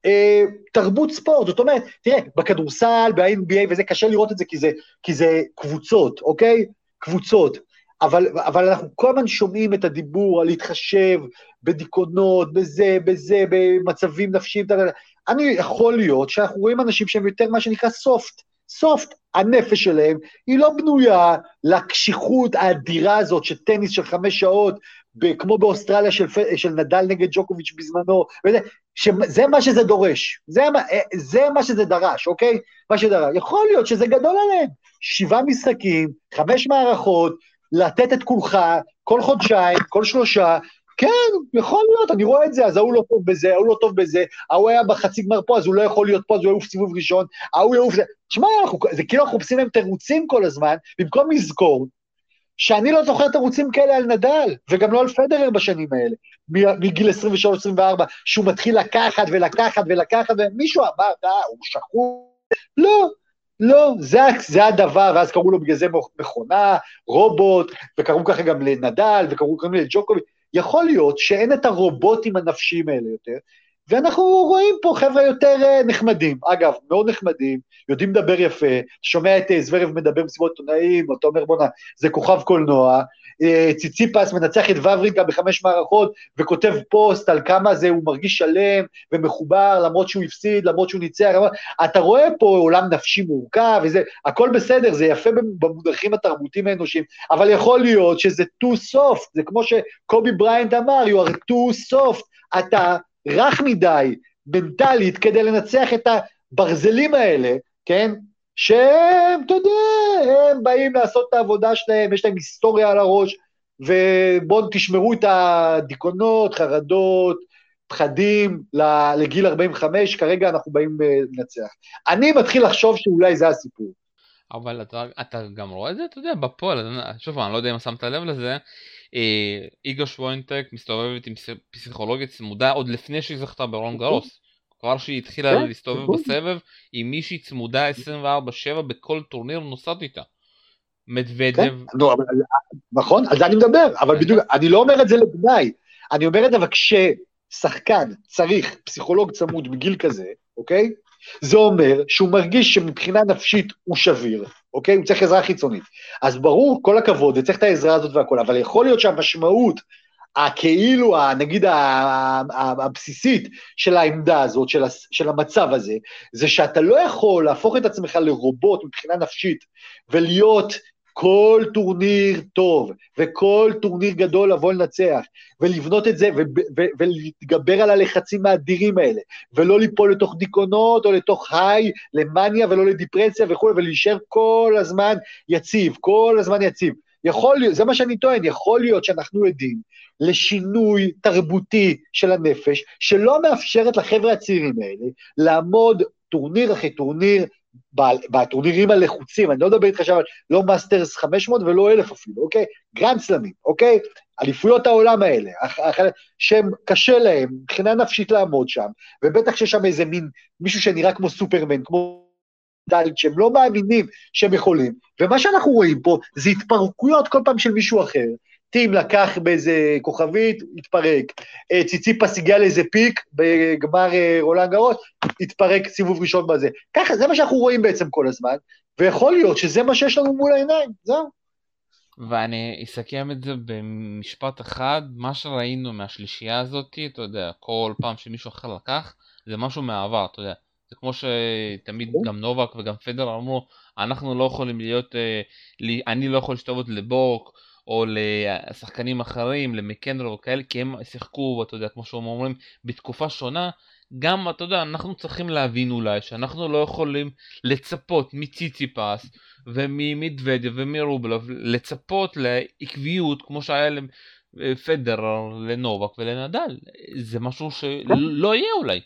תרבות ספורט, זאת אומרת, תראה, בכדורסל, ב-אן בי איי, וזה קשה לראות את זה, כי זה, כי זה קבוצות, אוקיי? קבוצות, אבל, אבל אנחנו כל הזמן שומעים את הדיבור על להתחשב בדיכאונות, בזה, בזה, במצבים נפשיים, אני יכול להיות שאנחנו רואים אנשים שהם יותר מה שנקרא סופט, סופט, הנפש שלהם, היא לא בנויה לקשיחות האדירה הזאת, שטניס של חמש שעות, כמו באוסטרליה של, של נדל נגד ג'וקוביץ' בזמנו, וזה, שזה מה שזה דורש, זה, זה מה שזה דרש, אוקיי? מה שדרש, יכול להיות שזה גדול עליהם, שבעה משחקים, חמש מערכות, לתת את כולך, כל חודשיים, כל שלושה, כן, יכול להיות, אני רואה את זה, אז ההוא לא טוב בזה, ההוא לא טוב בזה, ההוא היה בחצי גמר פה, אז הוא לא יכול להיות פה, אז הוא יעוף סיבוב ראשון, ההוא יעוף זה, תשמע, זה כאילו אנחנו עושים להם תירוצים כל הזמן, במקום לזכור, שאני לא זוכר תירוצים כאלה על נדל, וגם לא על פדרר בשנים האלה, מגיל עשרים ושלוש עשרים וארבע, שהוא מתחיל לקחת ולקחת ולקחת, ומישהו אמר, דה, הוא שחור, לא, לא, זה, זה הדבר, ואז קראו לו בגלל זה מכונה, רובוט, וקראו ככה גם לנדל, וקראו גם לג'וקוביץ', יכול להיות שאין את הרובוטים הנפשיים האלה יותר, ואנחנו רואים פה חבר'ה יותר נחמדים, אגב, מאוד נחמדים, יודעים לדבר יפה, שומע את זוורב מדבר במסיבות עיתונאים, אתה אומר בונה, זה כוכב קולנוע, ציציפס מנצח את וברינגה בחמש מערכות, וכותב פוסט על כמה זה הוא מרגיש שלם ומחובר, למרות שהוא הפסיד, למרות שהוא ניצח, אתה רואה פה עולם נפשי מורכב, וזה, הכל בסדר, זה יפה במודחים התרבותיים האנושיים, אבל יכול להיות שזה too soft, זה כמו שקובי בריינט אמר, you are too soft, אתה רך מדי, מנטלית, כדי לנצח את הברזלים האלה, כן? שהם, אתה יודע, הם באים לעשות את העבודה שלהם, יש להם היסטוריה על הראש, ובואו תשמרו את הדיכאונות, חרדות, פחדים, לגיל ארבעים וחמש, כרגע אנחנו באים לנצח. אני מתחיל לחשוב שאולי זה הסיפור. אבל אתה, אתה גם רואה את זה, אתה יודע, בפועל, שוב, אני לא יודע אם שמת לב לזה, איגר שוינטק מסתובבת עם פסיכולוגית צמודה עוד לפני שהיא זכתה ברולאן גארוס, כבר שהיא התחילה להסתובב בסבב עם מישהי צמודה עשרים וארבע שבע בכל טורניר נוסעת איתה. מדוודב. נכון, על זה אני מדבר, אבל בדיוק, אני לא אומר את זה לבניי, אני אומר את זה, אבל כששחקן צריך פסיכולוג צמוד בגיל כזה, אוקיי? זה אומר שהוא מרגיש שמבחינה נפשית הוא שביר, אוקיי? הוא צריך עזרה חיצונית. אז ברור, כל הכבוד, צריך את העזרה הזאת והכל, אבל יכול להיות שהמשמעות, הכאילו, נגיד, הבסיסית של העמדה הזאת, של המצב הזה, זה שאתה לא יכול להפוך את עצמך לרובוט מבחינה נפשית, ולהיות כל טורניר טוב, וכל טורניר גדול לבוא לנצח, ולבנות את זה, ולהתגבר על הלחצים האדירים האלה, ולא ליפול לתוך דיכאונות, או לתוך היי, למניה, ולא לדיפרסיה וכו', ולהישאר כל הזמן יציב, כל הזמן יציב. יכול להיות, זה מה שאני טוען, יכול להיות שאנחנו עדים לשינוי תרבותי של הנפש, שלא מאפשרת לחבר'ה הצעירים האלה לעמוד טורניר אחרי טורניר, בטורנירים הלחוצים, אני לא מדבר איתך עכשיו, לא מאסטרס חמש מאות ולא אלף אפילו, אוקיי? גרנד סלמים, אוקיי? אליפויות העולם האלה, שהם קשה להם, מבחינה נפשית לעמוד שם, ובטח שיש שם איזה מין, מישהו שנראה כמו סופרמן, כמו דלת, שהם לא מאמינים שהם יכולים, ומה שאנחנו רואים פה, זה התפרקויות כל פעם של מישהו אחר, טים לקח באיזה כוכבית, התפרק, ציציפס הגיע לאיזה פיק, בגמר רולאן גארוס, התפרק סיבוב ראשון בזה, ככה, זה מה שאנחנו רואים בעצם כל הזמן, ויכול להיות שזה מה שיש לנו מול העיניים, זהו. ואני אסכם את זה במשפט אחד, מה שראינו מהשלישייה הזאת, אתה יודע, כל פעם שמישהו אחר לקח, זה משהו מהעבר, אתה יודע, זה כמו שתמיד גם נובק וגם פדר אמרו, אנחנו לא יכולים להיות, אני לא יכול להשתוות לבוק, או לשחקנים אחרים, למקנרו וכאלה, כי הם שיחקו, אתה יודע, כמו שהם אומרים, בתקופה שונה, גם, אתה יודע, אנחנו צריכים להבין אולי, שאנחנו לא יכולים לצפות מציציפס, וממדוודיה ומרובלוב, לצפות לעקביות, כמו שהיה לפדרר, לנובק ולנדל, זה משהו שלא יהיה אולי.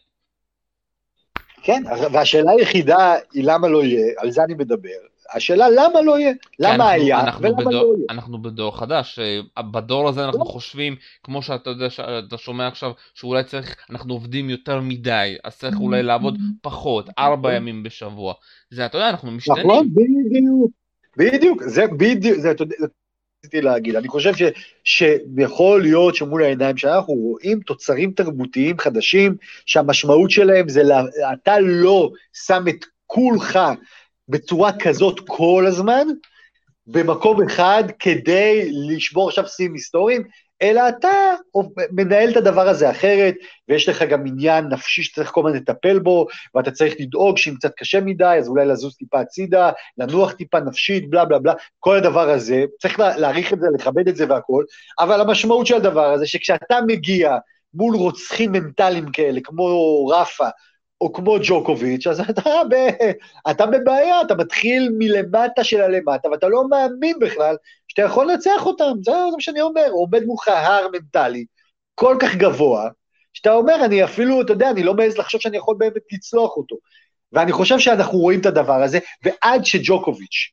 כן, והשאלה היחידה היא למה לא יהיה, על זה אני מדבר. השאלה למה לא יהיה, למה היה ולמה לא יהיה. אנחנו בדור חדש, בדור הזה אנחנו חושבים, כמו שאתה יודע, שאתה שומע עכשיו, שאולי צריך, אנחנו עובדים יותר מדי, אז צריך אולי לעבוד פחות, ארבע ימים בשבוע. זה, אתה יודע, אנחנו משתנים. נכון, בדיוק, בדיוק, זה בדיוק, זה, אתה יודע, רציתי להגיד, אני חושב ש, שיכול להיות שמול העיניים שאנחנו רואים תוצרים תרבותיים חדשים, שהמשמעות שלהם זה, לה, אתה לא שם את כולך בצורה כזאת כל הזמן, במקום אחד כדי לשבור עכשיו שיאים היסטוריים, אלא אתה מנהל את הדבר הזה אחרת, ויש לך גם עניין נפשי שצריך כל הזמן לטפל בו, ואתה צריך לדאוג שאם קצת קשה מדי, אז אולי לזוז טיפה הצידה, לנוח טיפה נפשית, בלה בלה בלה, כל הדבר הזה, צריך להעריך את זה, לכבד את זה והכל, אבל המשמעות של הדבר הזה, שכשאתה מגיע מול רוצחים מנטליים כאלה, כמו רפה, או כמו ג'וקוביץ', אז אתה, ב, אתה בבעיה, אתה מתחיל מלמטה של הלמטה, ואתה לא מאמין בכלל שאתה יכול לנצח אותם, זה מה שאני אומר, עומד מולך הר מנטלי, כל כך גבוה, שאתה אומר, אני אפילו, אתה יודע, אני לא מעז לחשוב שאני יכול באמת לצלוח אותו, ואני חושב שאנחנו רואים את הדבר הזה, ועד שג'וקוביץ',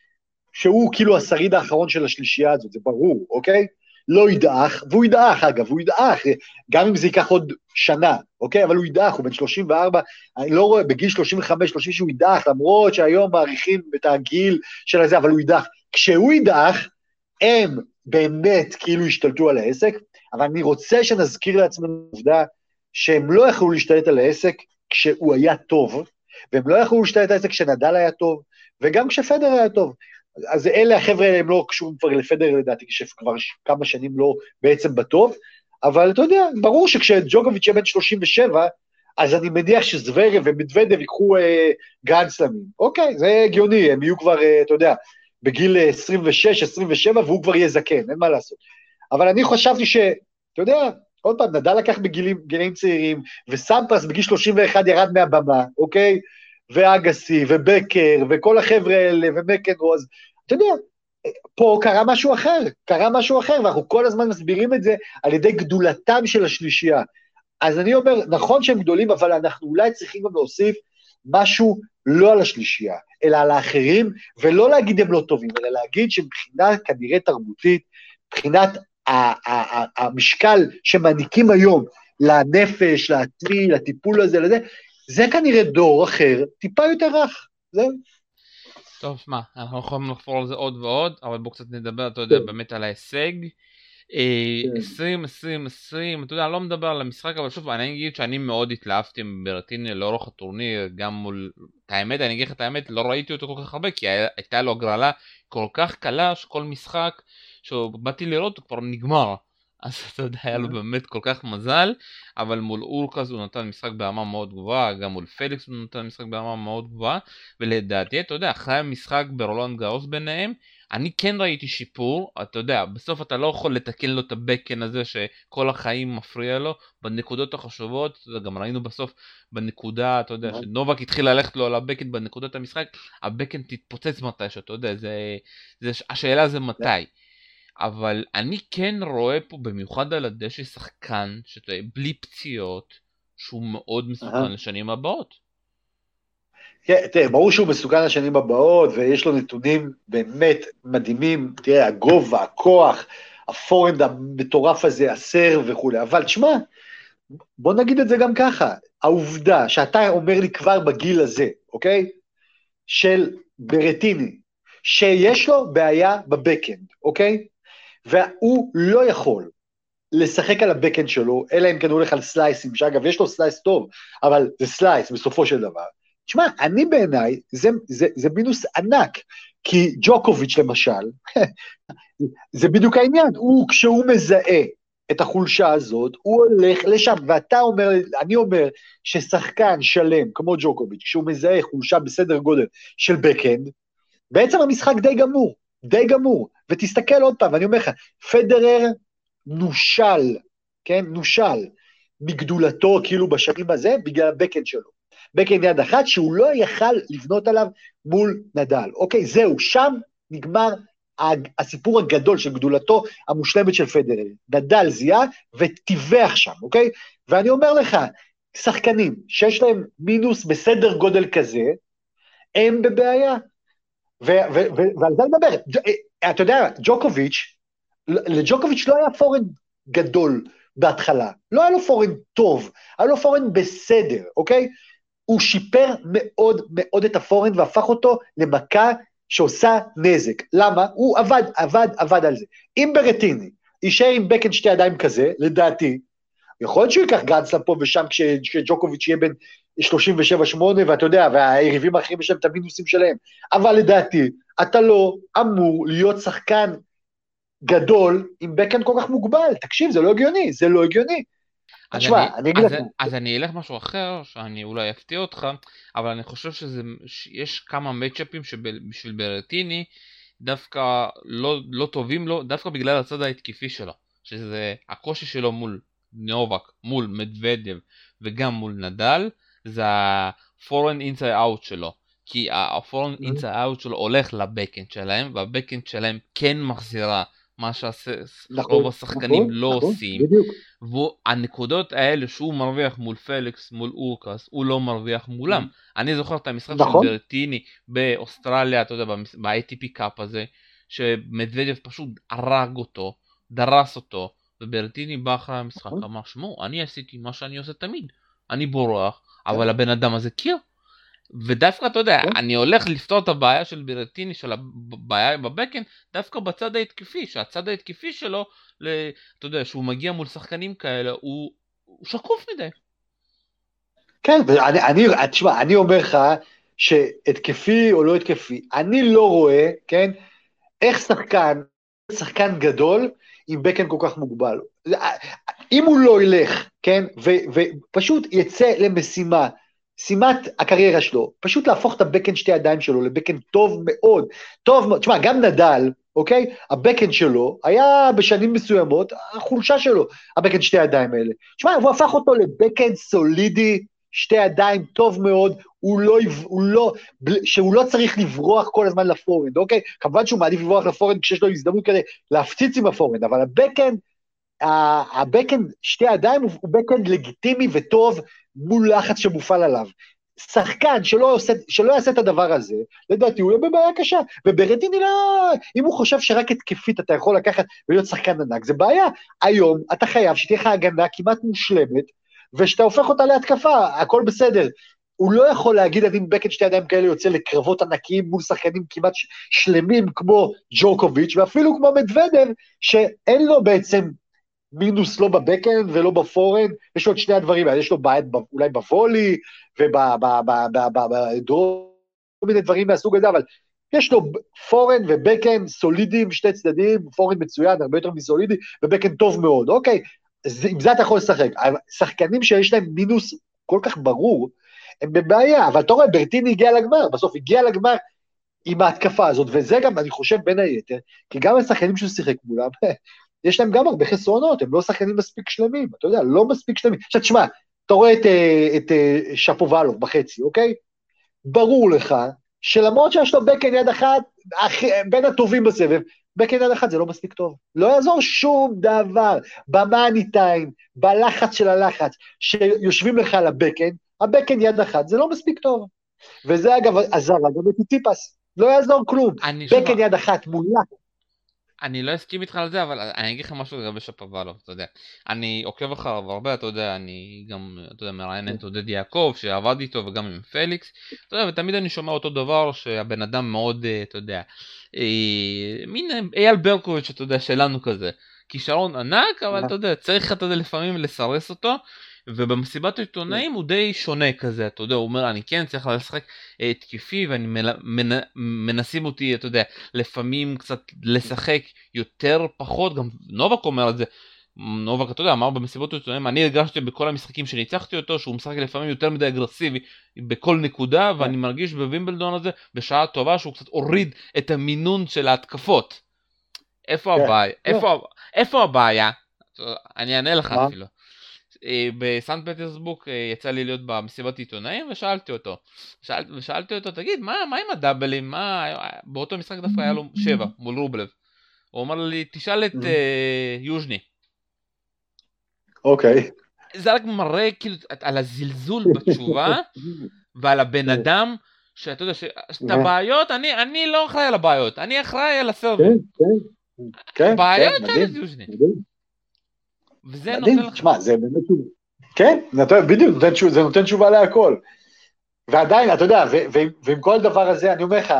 שהוא כאילו השריד האחרון של השלישייה הזאת, זה ברור, אוקיי? לא ידעך, והוא ידעך אגב, הוא ידעך, גם אם זה ייקח עוד שנה, אוקיי? אבל הוא ידעך, הוא בן שלושים וארבע, אני לא רואה, בגיל שלושים וחמש שלושים שהוא ידעך, למרות שהיום מעריכים את הגיל של הזה, אבל הוא ידעך. כשהוא ידעך, הם באמת כאילו השתלטו על העסק, אבל אני רוצה שנזכיר לעצמנו עובדה, שהם לא יכלו להשתלט על העסק כשהוא היה טוב, והם לא יכלו להשתלט על העסק כשנדל היה טוב, וגם כשפדר היה טוב. אז אלה החבר'ה האלה הם לא קשורים כבר לפדר לדעתי, כשכבר כמה שנים לא בעצם בטוב, אבל אתה יודע, ברור שכשג'וקוביץ' יהיה בן שלושים ושבע, אז אני מניח שזוורב ומדוודב ייקחו אה, גרנד סלמים. אוקיי, זה הגיוני, הם יהיו כבר, אה, אתה יודע, בגיל עשרים ושש עשרים ושבע, והוא כבר יהיה זקן, אין מה לעשות. אבל אני חשבתי ש, אתה יודע, עוד פעם, נדל לקח בגילים צעירים, וסמפרס בגיל שלושים ואחת ירד מהבמה, אוקיי? ואגסי, ובקר, וכל החבר'ה האלה, ומקנרוז, אתה יודע, פה קרה משהו אחר, קרה משהו אחר, ואנחנו כל הזמן מסבירים את זה על ידי גדולתם של השלישייה. אז אני אומר, נכון שהם גדולים, אבל אנחנו אולי צריכים גם להוסיף משהו לא על השלישייה, אלא על האחרים, ולא להגיד הם לא טובים, אלא להגיד שמבחינה כנראה תרבותית, מבחינת המשקל שמעניקים היום לנפש, לעצמי, לטיפול הזה, לזה, זה כנראה דור אחר, טיפה יותר רך, זהו. טוב, מה, אנחנו יכולים לחפור על זה עוד ועוד, אבל בואו קצת נדבר, אתה יודע, באמת על ההישג. עשרים עשרים עשרים, אתה יודע, אני לא מדבר על המשחק, אבל שוב, אני אגיד שאני מאוד התלהבתי ברטיני לאורך הטורניר, גם מול, את האמת, אני אגיד לך את האמת, לא ראיתי אותו כל כך הרבה, כי הייתה לו הגרלה כל כך קלה, שכל משחק שבאתי לראות הוא כבר נגמר. אז אתה יודע, היה לו באמת כל כך מזל, אבל מול אורקס הוא נתן משחק ברמה מאוד גבוהה, גם מול פליקס הוא נתן משחק ברמה מאוד גבוהה, ולדעתי, אתה יודע, אחרי המשחק ברולאן גארוס ביניהם, אני כן ראיתי שיפור, אתה יודע, בסוף אתה לא יכול לתקן לו את הבקן הזה שכל החיים מפריע לו, בנקודות החשובות, גם ראינו בסוף בנקודה, אתה יודע, שנובק התחיל ללכת לו על הבקן בנקודות המשחק, הבקן תתפוצץ מתי שאתה יודע, זה, זה, השאלה זה מתי. אבל אני כן רואה פה במיוחד על הדשא שחקן, שבלי פציעות, שהוא מאוד מסוכן לשנים הבאות. כן, תראה, ברור שהוא מסוכן לשנים הבאות, ויש לו נתונים באמת מדהימים, תראה, הגובה, הכוח, הפורנד המטורף הזה, הסר וכו', אבל תשמע, בוא נגיד את זה גם ככה, העובדה שאתה אומר לי כבר בגיל הזה, אוקיי? של ברטיני, שיש לו בעיה בבקאנד, אוקיי? והוא לא יכול לשחק על הבקאנד שלו, אלא אם כן הוא הולך על סלייסים, שאגב, יש לו סלייס טוב, אבל זה סלייס בסופו של דבר. תשמע, אני בעיניי, זה, זה, זה מינוס ענק, כי ג'וקוביץ' למשל, זה בדיוק העניין, הוא, כשהוא מזהה את החולשה הזאת, הוא הולך לשם, ואתה אומר, אני אומר, ששחקן שלם, כמו ג'וקוביץ', כשהוא מזהה חולשה בסדר גודל של בקאנד, בעצם המשחק די גמור, די גמור, ותסתכל עוד פעם, ואני אומר לך, פדרר נושל, כן, נושל, מגדולתו כאילו בשנים הזה, בגלל הבקאנד שלו. בקאנד יד אחת, שהוא לא יכל לבנות עליו מול נדל. אוקיי, זהו, שם נגמר הסיפור הגדול של גדולתו המושלמת של פדרר. נדל זיהה וטיווח שם, אוקיי? ואני אומר לך, שחקנים שיש להם מינוס בסדר גודל כזה, הם בבעיה. ועל זה נדבר. אתה יודע, ג'וקוביץ', לג'וקוביץ' לא היה פורנד גדול בהתחלה. לא היה לו פורנד טוב, היה לו פורנד בסדר, אוקיי? הוא שיפר מאוד מאוד את הפורנד, והפך אותו למכה שעושה נזק. למה? הוא עבד, עבד, עבד על זה. אם ברטיני יישאר עם בקאנד שתי ידיים כזה, לדעתי, יכול להיות שהוא ייקח גרנד סלאם פה ושם, כשג'וקוביץ' יהיה בין שלושים ושבע שמונה, ואתה יודע, והיריבים האחרים יש להם את המינוסים שלהם. אבל לדעתי, אתה לא אמור להיות שחקן גדול עם בקאנד כל כך מוגבל. תקשיב, זה לא הגיוני, זה לא הגיוני. אז, תשמע, אני, אני אגיד אז, לך... אז אני אלך משהו אחר, שאני אולי אפתיע אותך, אבל אני חושב שיש כמה מצ'אפים שבשביל ברטיני, דווקא לא, לא טובים לו, דווקא בגלל הצד ההתקפי שלו, שזה הקושי שלו מול נובק, מול מדוודב, וגם מול נדל, זה ה-foreign inside out שלו, כי ה-foreign inside out שלו הולך לבקאנד שלהם, והבקאנד שלהם כן מחזירה, מה שרוב השחקנים לא עושים, והנקודות האלה שהוא מרוויח מול פליקס, מול אורקס, הוא לא מרוויח מולם. אני זוכר את המשחק של ברטיני באוסטרליה, אתה יודע, ב-איי טי פי קאפ הזה, שמדוודב פשוט הרג אותו, דרס אותו, וברטיני בא אחרי המשחק, אמר, שמו, אני עשיתי מה שאני עושה תמיד, אני בורח, אבל הבן אדם הזה קיר. ודווקא אתה יודע, אני הולך לפתור את הבעיה של ברטיני, של הבעיה בבקאנד, דווקא בצד ההתקפי, שהצד ההתקפי שלו, אתה יודע, שהוא מגיע מול שחקנים כאלה, הוא שקוף מדי. כן, ואני, תשמע, אני אומר לך, שהתקפי או לא התקפי, אני לא רואה, כן, איך שחקן, שחקן גדול, עם בקאנד כל כך מוגבל. אם הוא לא ילך, כן, ופשוט יצא למשימה, שימת הקריירה שלו, פשוט להפוך את הבקאנד שתי ידיים שלו לבקאנד טוב מאוד, טוב מאוד, תשמע, גם נדל, אוקיי, הבקאנד שלו היה בשנים מסוימות, החולשה שלו, הבקאנד שתי ידיים האלה, תשמע, הוא הפך אותו לבקאנד סולידי, שתי ידיים טוב מאוד, הוא לא, הוא לא, שהוא לא צריך לברוח כל הזמן לפורנד, אוקיי, כמובן שהוא מעדיף לברוח לפורנד, כשיש לו הזדמנות כדי להפציץ עם הפורנד, אבל הבקאנד, הבקאנד שתי ידיים הוא בקאנד לגיטימי וטוב, מול לחץ שמופעל עליו. שחקן שלא, עושה, שלא יעשה את הדבר הזה, לדעתי הוא יהיה בבעיה קשה, וברטיני לא, אם הוא חושב שרק התקפית אתה יכול לקחת ולהיות שחקן ענק, זה בעיה. היום אתה חייב שתהיה לך הגנה כמעט מושלמת, ושאתה הופך אותה להתקפה, הכל בסדר. הוא לא יכול להגיד, אני בקאנד שתי ידיים כאלה יוצא לקרבות ענקיים מול שחקנים כמעט שלמים כמו ג'וקוביץ', ואפילו כמו מדוודב, שאין לו בעצם מינוס לא בבקאנד ולא בפורנד, יש לו את שני הדברים האלה, יש לו בעיית אולי בוולי, ובדרום, כל מיני דברים מהסוג הזה, אבל יש לו פורנד ובקאנד סולידיים, שתי צדדים, פורנד מצוין, הרבה יותר מסולידי, ובקאנד טוב מאוד, אוקיי, עם זה אתה יכול לשחק, שחקנים שיש להם מינוס כל כך ברור, הם בבעיה, אבל אתה רואה, ברטיני הגיע לגמר, בסוף הגיע לגמר, עם ההתקפה הזאת, וזה גם, אני חושב, בין היתר, כי גם השחקנים שהוא שיחק מולם, יש להם גם הרבה חסרונות, הם לא שחקנים מספיק שלמים, אתה יודע, לא מספיק שלמים. עכשיו, תשמע, אתה רואה את, את שפובלוב בחצי, אוקיי? ברור לך, שלמרות שיש לו בקן יד אחת, בין הטובים בסבב, בקן יד אחת זה לא מספיק טוב. לא יעזור שום דבר, במאני טיים, בלחץ של הלחץ, שיושבים לך על הבקן, הבקן יד אחת, זה לא מספיק טוב. וזה אגב עזר, גם את טיפס, לא יעזור כלום. בקן יד אחת מולה. אני לא אסכים איתך על זה, אבל אני אגיד לך משהו לגבי שפובלוב, אתה יודע. אני עוקב אחריו הרבה, אתה יודע, אני גם, אתה יודע, מראיין את עודד יעקב, שעבד איתו וגם עם פליקס, אתה יודע, ותמיד אני שומע אותו דבר, שהבן אדם מאוד, אתה יודע, אה, מין אייל ברקוביץ', אתה יודע, שלנו כזה. כישרון ענק, אבל אתה יודע, צריך אתה יודע, לפעמים לסרס אותו, ובמסיבת העיתונאים הוא די שונה כזה, אתה יודע, הוא אומר, אני כן צריך לשחק תקיפי, ואני מנסים אותי, אתה יודע, לפעמים קצת לשחק יותר פחות, גם נובק אומר את זה, נובק, אתה יודע, אמר במסיבות העיתונאים, אני הרגשתי בכל המשחקים שניצחתי אותו, שהוא משחק לפעמים יותר מדי אגרסיבי בכל נקודה, ואני מרגיש בווימבלדון הזה, בשעה טובה, שהוא קצת הוריד את המינון של ההתקפות. איפה הבעיה? איפה הבעיה? אני אענה לך אפילו. בסנט פטרסבורג יצא לי להיות במסיבת עיתונאים ושאלתי אותו שאל, ושאלתי אותו תגיד מה, מה עם הדאבלים, מה באותו משחק דווקא היה לו שבע מול רובלב, הוא אמר לי תשאל את uh, יוז'ני. אוקיי, זה רק מראה כאילו על הזלזול בתשובה ועל הבן אדם שאתה יודע שאת הבעיות אני, אני לא אחראי על הבעיות, אני אחראי על הסרבים. בעיות של יוז'ני וזה נותן לך... תשמע, זה באמת... כן, בדיוק, זה נותן תשובה להכל. ועדיין, אתה יודע, ועם כל הדבר הזה, אני אומר לך,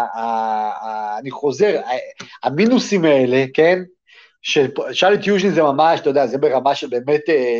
אני חוזר, המינוסים האלה, כן, שאל את יוז'ני זה ממש, אתה יודע, זה ברמה שבאמת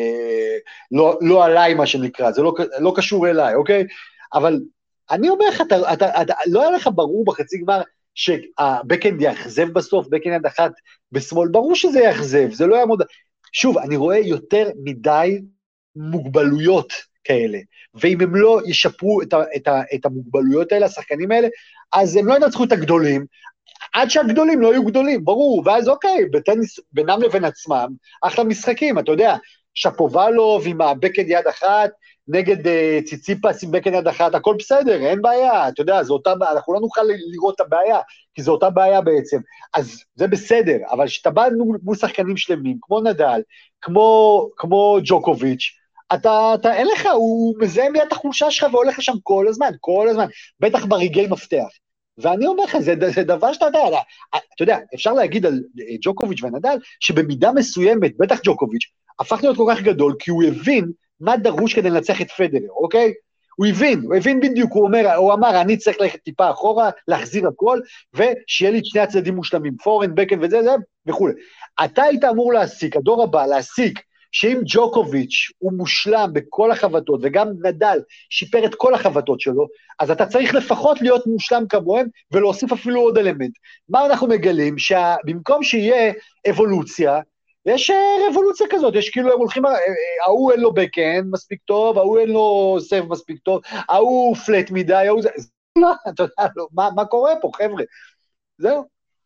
לא עליי, מה שנקרא, זה לא קשור אליי, אוקיי? אבל אני אומר לך, לא היה לך ברור בחצי גמר, שהבקנד יאכזב בסוף, בקנד יד אחת בשמאל, ברור שזה יאכזב, זה לא יעמוד... שוב, אני רואה יותר מדי מוגבלויות כאלה, ואם הם לא ישפרו את, ה, את, ה, את המוגבלויות האלה, השחקנים האלה, אז הם לא ינצחו את הגדולים, עד שהגדולים לא יהיו גדולים, ברור, ואז אוקיי, בטניס, בינם לבין עצמם, אחלה משחקים, אתה יודע, שפובלוב עם הבקד יד אחת, נגד uh, ציציפס עם בקד יד אחת, הכל בסדר, אין בעיה, אתה יודע, זה אותה, אנחנו לא נוכל לראות את הבעיה, כי זו אותה בעיה בעצם, אז זה בסדר, אבל כשאתה בא מול שחקנים שלמים, כמו נדל, כמו, כמו ג'וקוביץ', אתה, אתה, אין לך, הוא מזהה מיד את החולשה שלך, והולך לשם כל הזמן, כל הזמן, בטח ברגעי מפתח, ואני אומר לך, זה, זה דבר שאתה יודע, אתה יודע, אפשר להגיד על ג'וקוביץ' ונדל, שבמידה מסוימת, בטח ג'וקוביץ', הפך להיות כל כך גדול, כי הוא הבין מה דרוש כדי לנצח את פדרר, אוקיי? הוא הבין, הוא הבין בדיוק, הוא אומר, הוא אמר, אני צריך ללכת טיפה אחורה, להחזיר הכל, ושיהיה לי את שני הצדדים מושלמים, פורן, בקן וזה, זה, וכו'. אתה היית אמור להסיק, הדור הבא, להסיק, שאם ג'וקוביץ' הוא מושלם בכל החבטות, וגם נדל שיפר את כל החבטות שלו, אז אתה צריך לפחות להיות מושלם כמוהם, ולהוסיף אפילו עוד אלמנט. מה אנחנו מגלים? שבמקום שיהיה אבולוציה, יש רבולוציה כזאת, יש כאילו הם הולכים, ההוא אין לו בקן מספיק טוב, ההוא אין לו סב מספיק טוב, ההוא פלט מדי, ההוא זה, לא, אתה יודע, לא, מה, מה קורה פה, חבר'ה? זהו.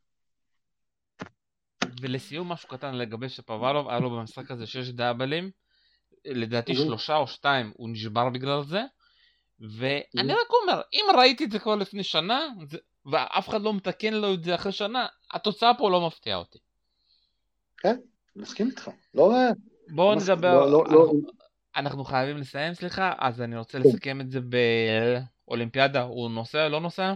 ולסיום משהו קטן לגבי שפובלוב, היה לו במשחק הזה שש דאבלים, לדעתי שלושה או שתיים, הוא נשבר בגלל זה, ואני רק אומר, אם ראיתי את זה כבר לפני שנה, ואף אחד לא מתקן לו את זה אחרי שנה, התוצאה פה לא מפתיעה אותי. כן, מסכים איתך. לא... בואו נדבר, אנחנו חייבים לסיים, סליחה, אז אני רוצה לסכם את זה באולימפיאדה, הוא נוסע, לא נוסע?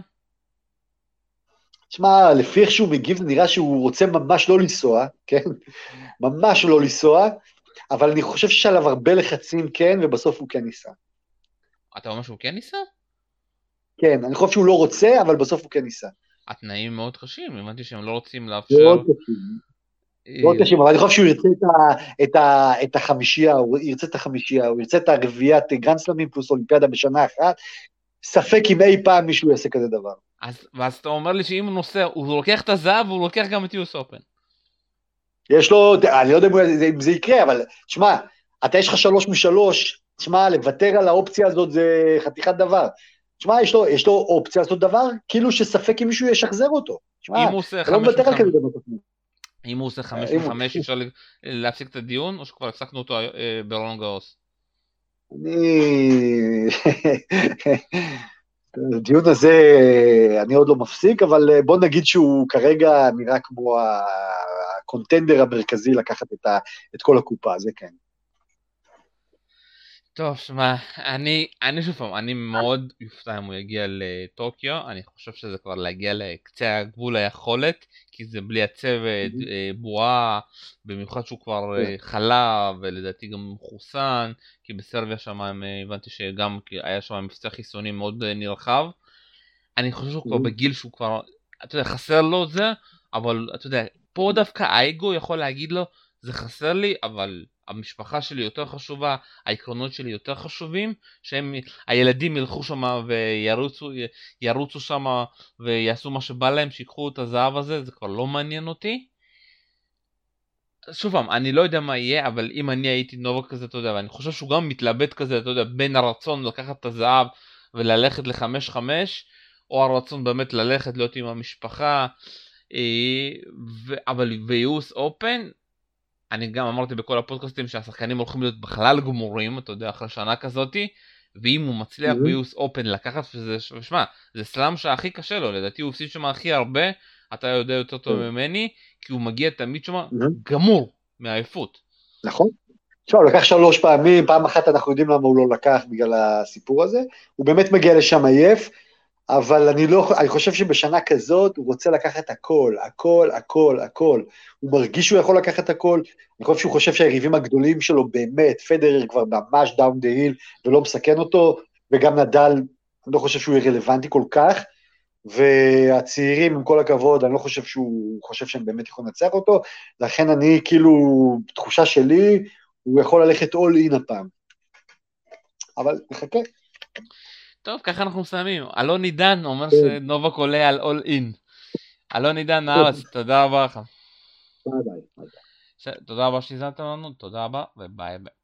תשמע, לפי איך שהוא מגיב, זה נראה שהוא רוצה ממש לא לנסוע, כן? ממש לא לנסוע, אבל אני חושב שיש עליו הרבה לחצים, כן, ובסוף הוא כן ניסה. אתה אומר שהוא כן ניסה? כן, אני חושב שהוא לא רוצה, אבל בסוף הוא כן ניסה. התנאים מאוד קשים, הבנתי שהם לא רוצים לאפשר... מאוד קשים. מאוד קשים, אבל אני חושב שהוא ירצה את החמישייה, הוא ירצה את החמישייה, הוא ירצה את הרביעיית גרנדסלמים פלוס אולימפיאדה בשנה אחת, ספק אם אי פעם מישהו יעשה כזה דבר. אז, ואז אתה אומר לי שאם הוא נוסע, הוא לוקח את הזהב, והוא לוקח גם את יוס אופן. יש לו, אני לא יודע אם זה יקרה, אבל תשמע, אתה יש לך שלוש משלוש, תשמע, לוותר על האופציה הזאת זה חתיכת דבר. תשמע, יש לו, יש לו אופציה לעשות דבר, כאילו שספק אם מישהו ישחזר אותו. תשמע, אם הוא עושה אתה לא חמש מוותר על מחמש, כזה דבר בתוכנית. אם הוא עושה חמש אם הוא- מחמש, אפשר להפסיק את הדיון, או שכבר הפסקנו אותו אה, ברולנד גאוס? אני... הדיון הזה, אני עוד לא מפסיק, אבל בוא נגיד שהוא כרגע נראה כמו הקונטנדר המרכזי לקחת את, ה, את כל הקופה, זה כן. טוב, שמע, אני, אני שוב פעם, אני מאוד יופתע אם הוא יגיע לטוקיו, אני חושב שזה כבר להגיע לקצה הגבול היכולת, כי זה בלי הצוות, אה, בועה, במיוחד שהוא כבר אה, חלה, ולדעתי גם מחוסן, כי בסרביה שם הם, אה, הבנתי שגם כי היה שם מבצע חיסונים מאוד אה, נרחב, אני חושב שהוא כבר בגיל שהוא כבר, אתה יודע, חסר לו את זה, אבל אתה יודע, פה דווקא האגו יכול להגיד לו, זה חסר לי, אבל המשפחה שלי יותר חשובה, העקרונות שלי יותר חשובים, שהם, הילדים ילכו שם וירוצו ירוצו שם ויעשו מה שבא להם, שיקחו את הזהב הזה, זה כבר לא מעניין אותי. שוב פעם, אני לא יודע מה יהיה, אבל אם אני הייתי נובק כזה, אתה יודע, ואני חושב שהוא גם מתלבט כזה, אתה יודע, בין הרצון לקחת את הזהב וללכת לחמש חמש, או הרצון באמת ללכת להיות עם המשפחה, ו... אבל ביוס אופן, אני גם אמרתי בכל הפודקאסטים שהשחקנים הולכים להיות בכלל גמורים, אתה יודע, אחרי שנה כזאתי, ואם הוא מצליח ביוס אופן לקחת, וזה, ושמע, זה סלאם שהכי קשה לו, לדעתי הוא הפסיד שם הכי הרבה, אתה יודע יותר טוב ממני, כי הוא מגיע תמיד שם גמור מעייפות. נכון. תשמע, הוא לקח שלוש פעמים, פעם אחת אנחנו יודעים למה הוא לא לקח בגלל הסיפור הזה, הוא באמת מגיע לשם עייף, אבל אני לא, אני חושב שבשנה כזאת הוא רוצה לקחת הכל, הכל, הכל, הכל. הוא מרגיש שהוא יכול לקחת הכל, אני חושב שהוא חושב שהיריבים הגדולים שלו באמת, פדרר כבר ממש דאון דה היל ולא מסכן אותו, וגם נדל, אני לא חושב שהוא יהיה רלוונטי כל כך, והצעירים, עם כל הכבוד, אני לא חושב שהוא חושב שהם באמת יכולים לנצח אותו, לכן אני כאילו, בתחושה שלי, הוא יכול ללכת all in הפעם. אבל נחכה. טוב, ככה אנחנו מסיימים. אלון עידן אומר שנובק עולה על all in. אלון עידן נארץ, תודה רבה לך. תודה רבה שהזמנתם לנו, תודה רבה וביי ביי.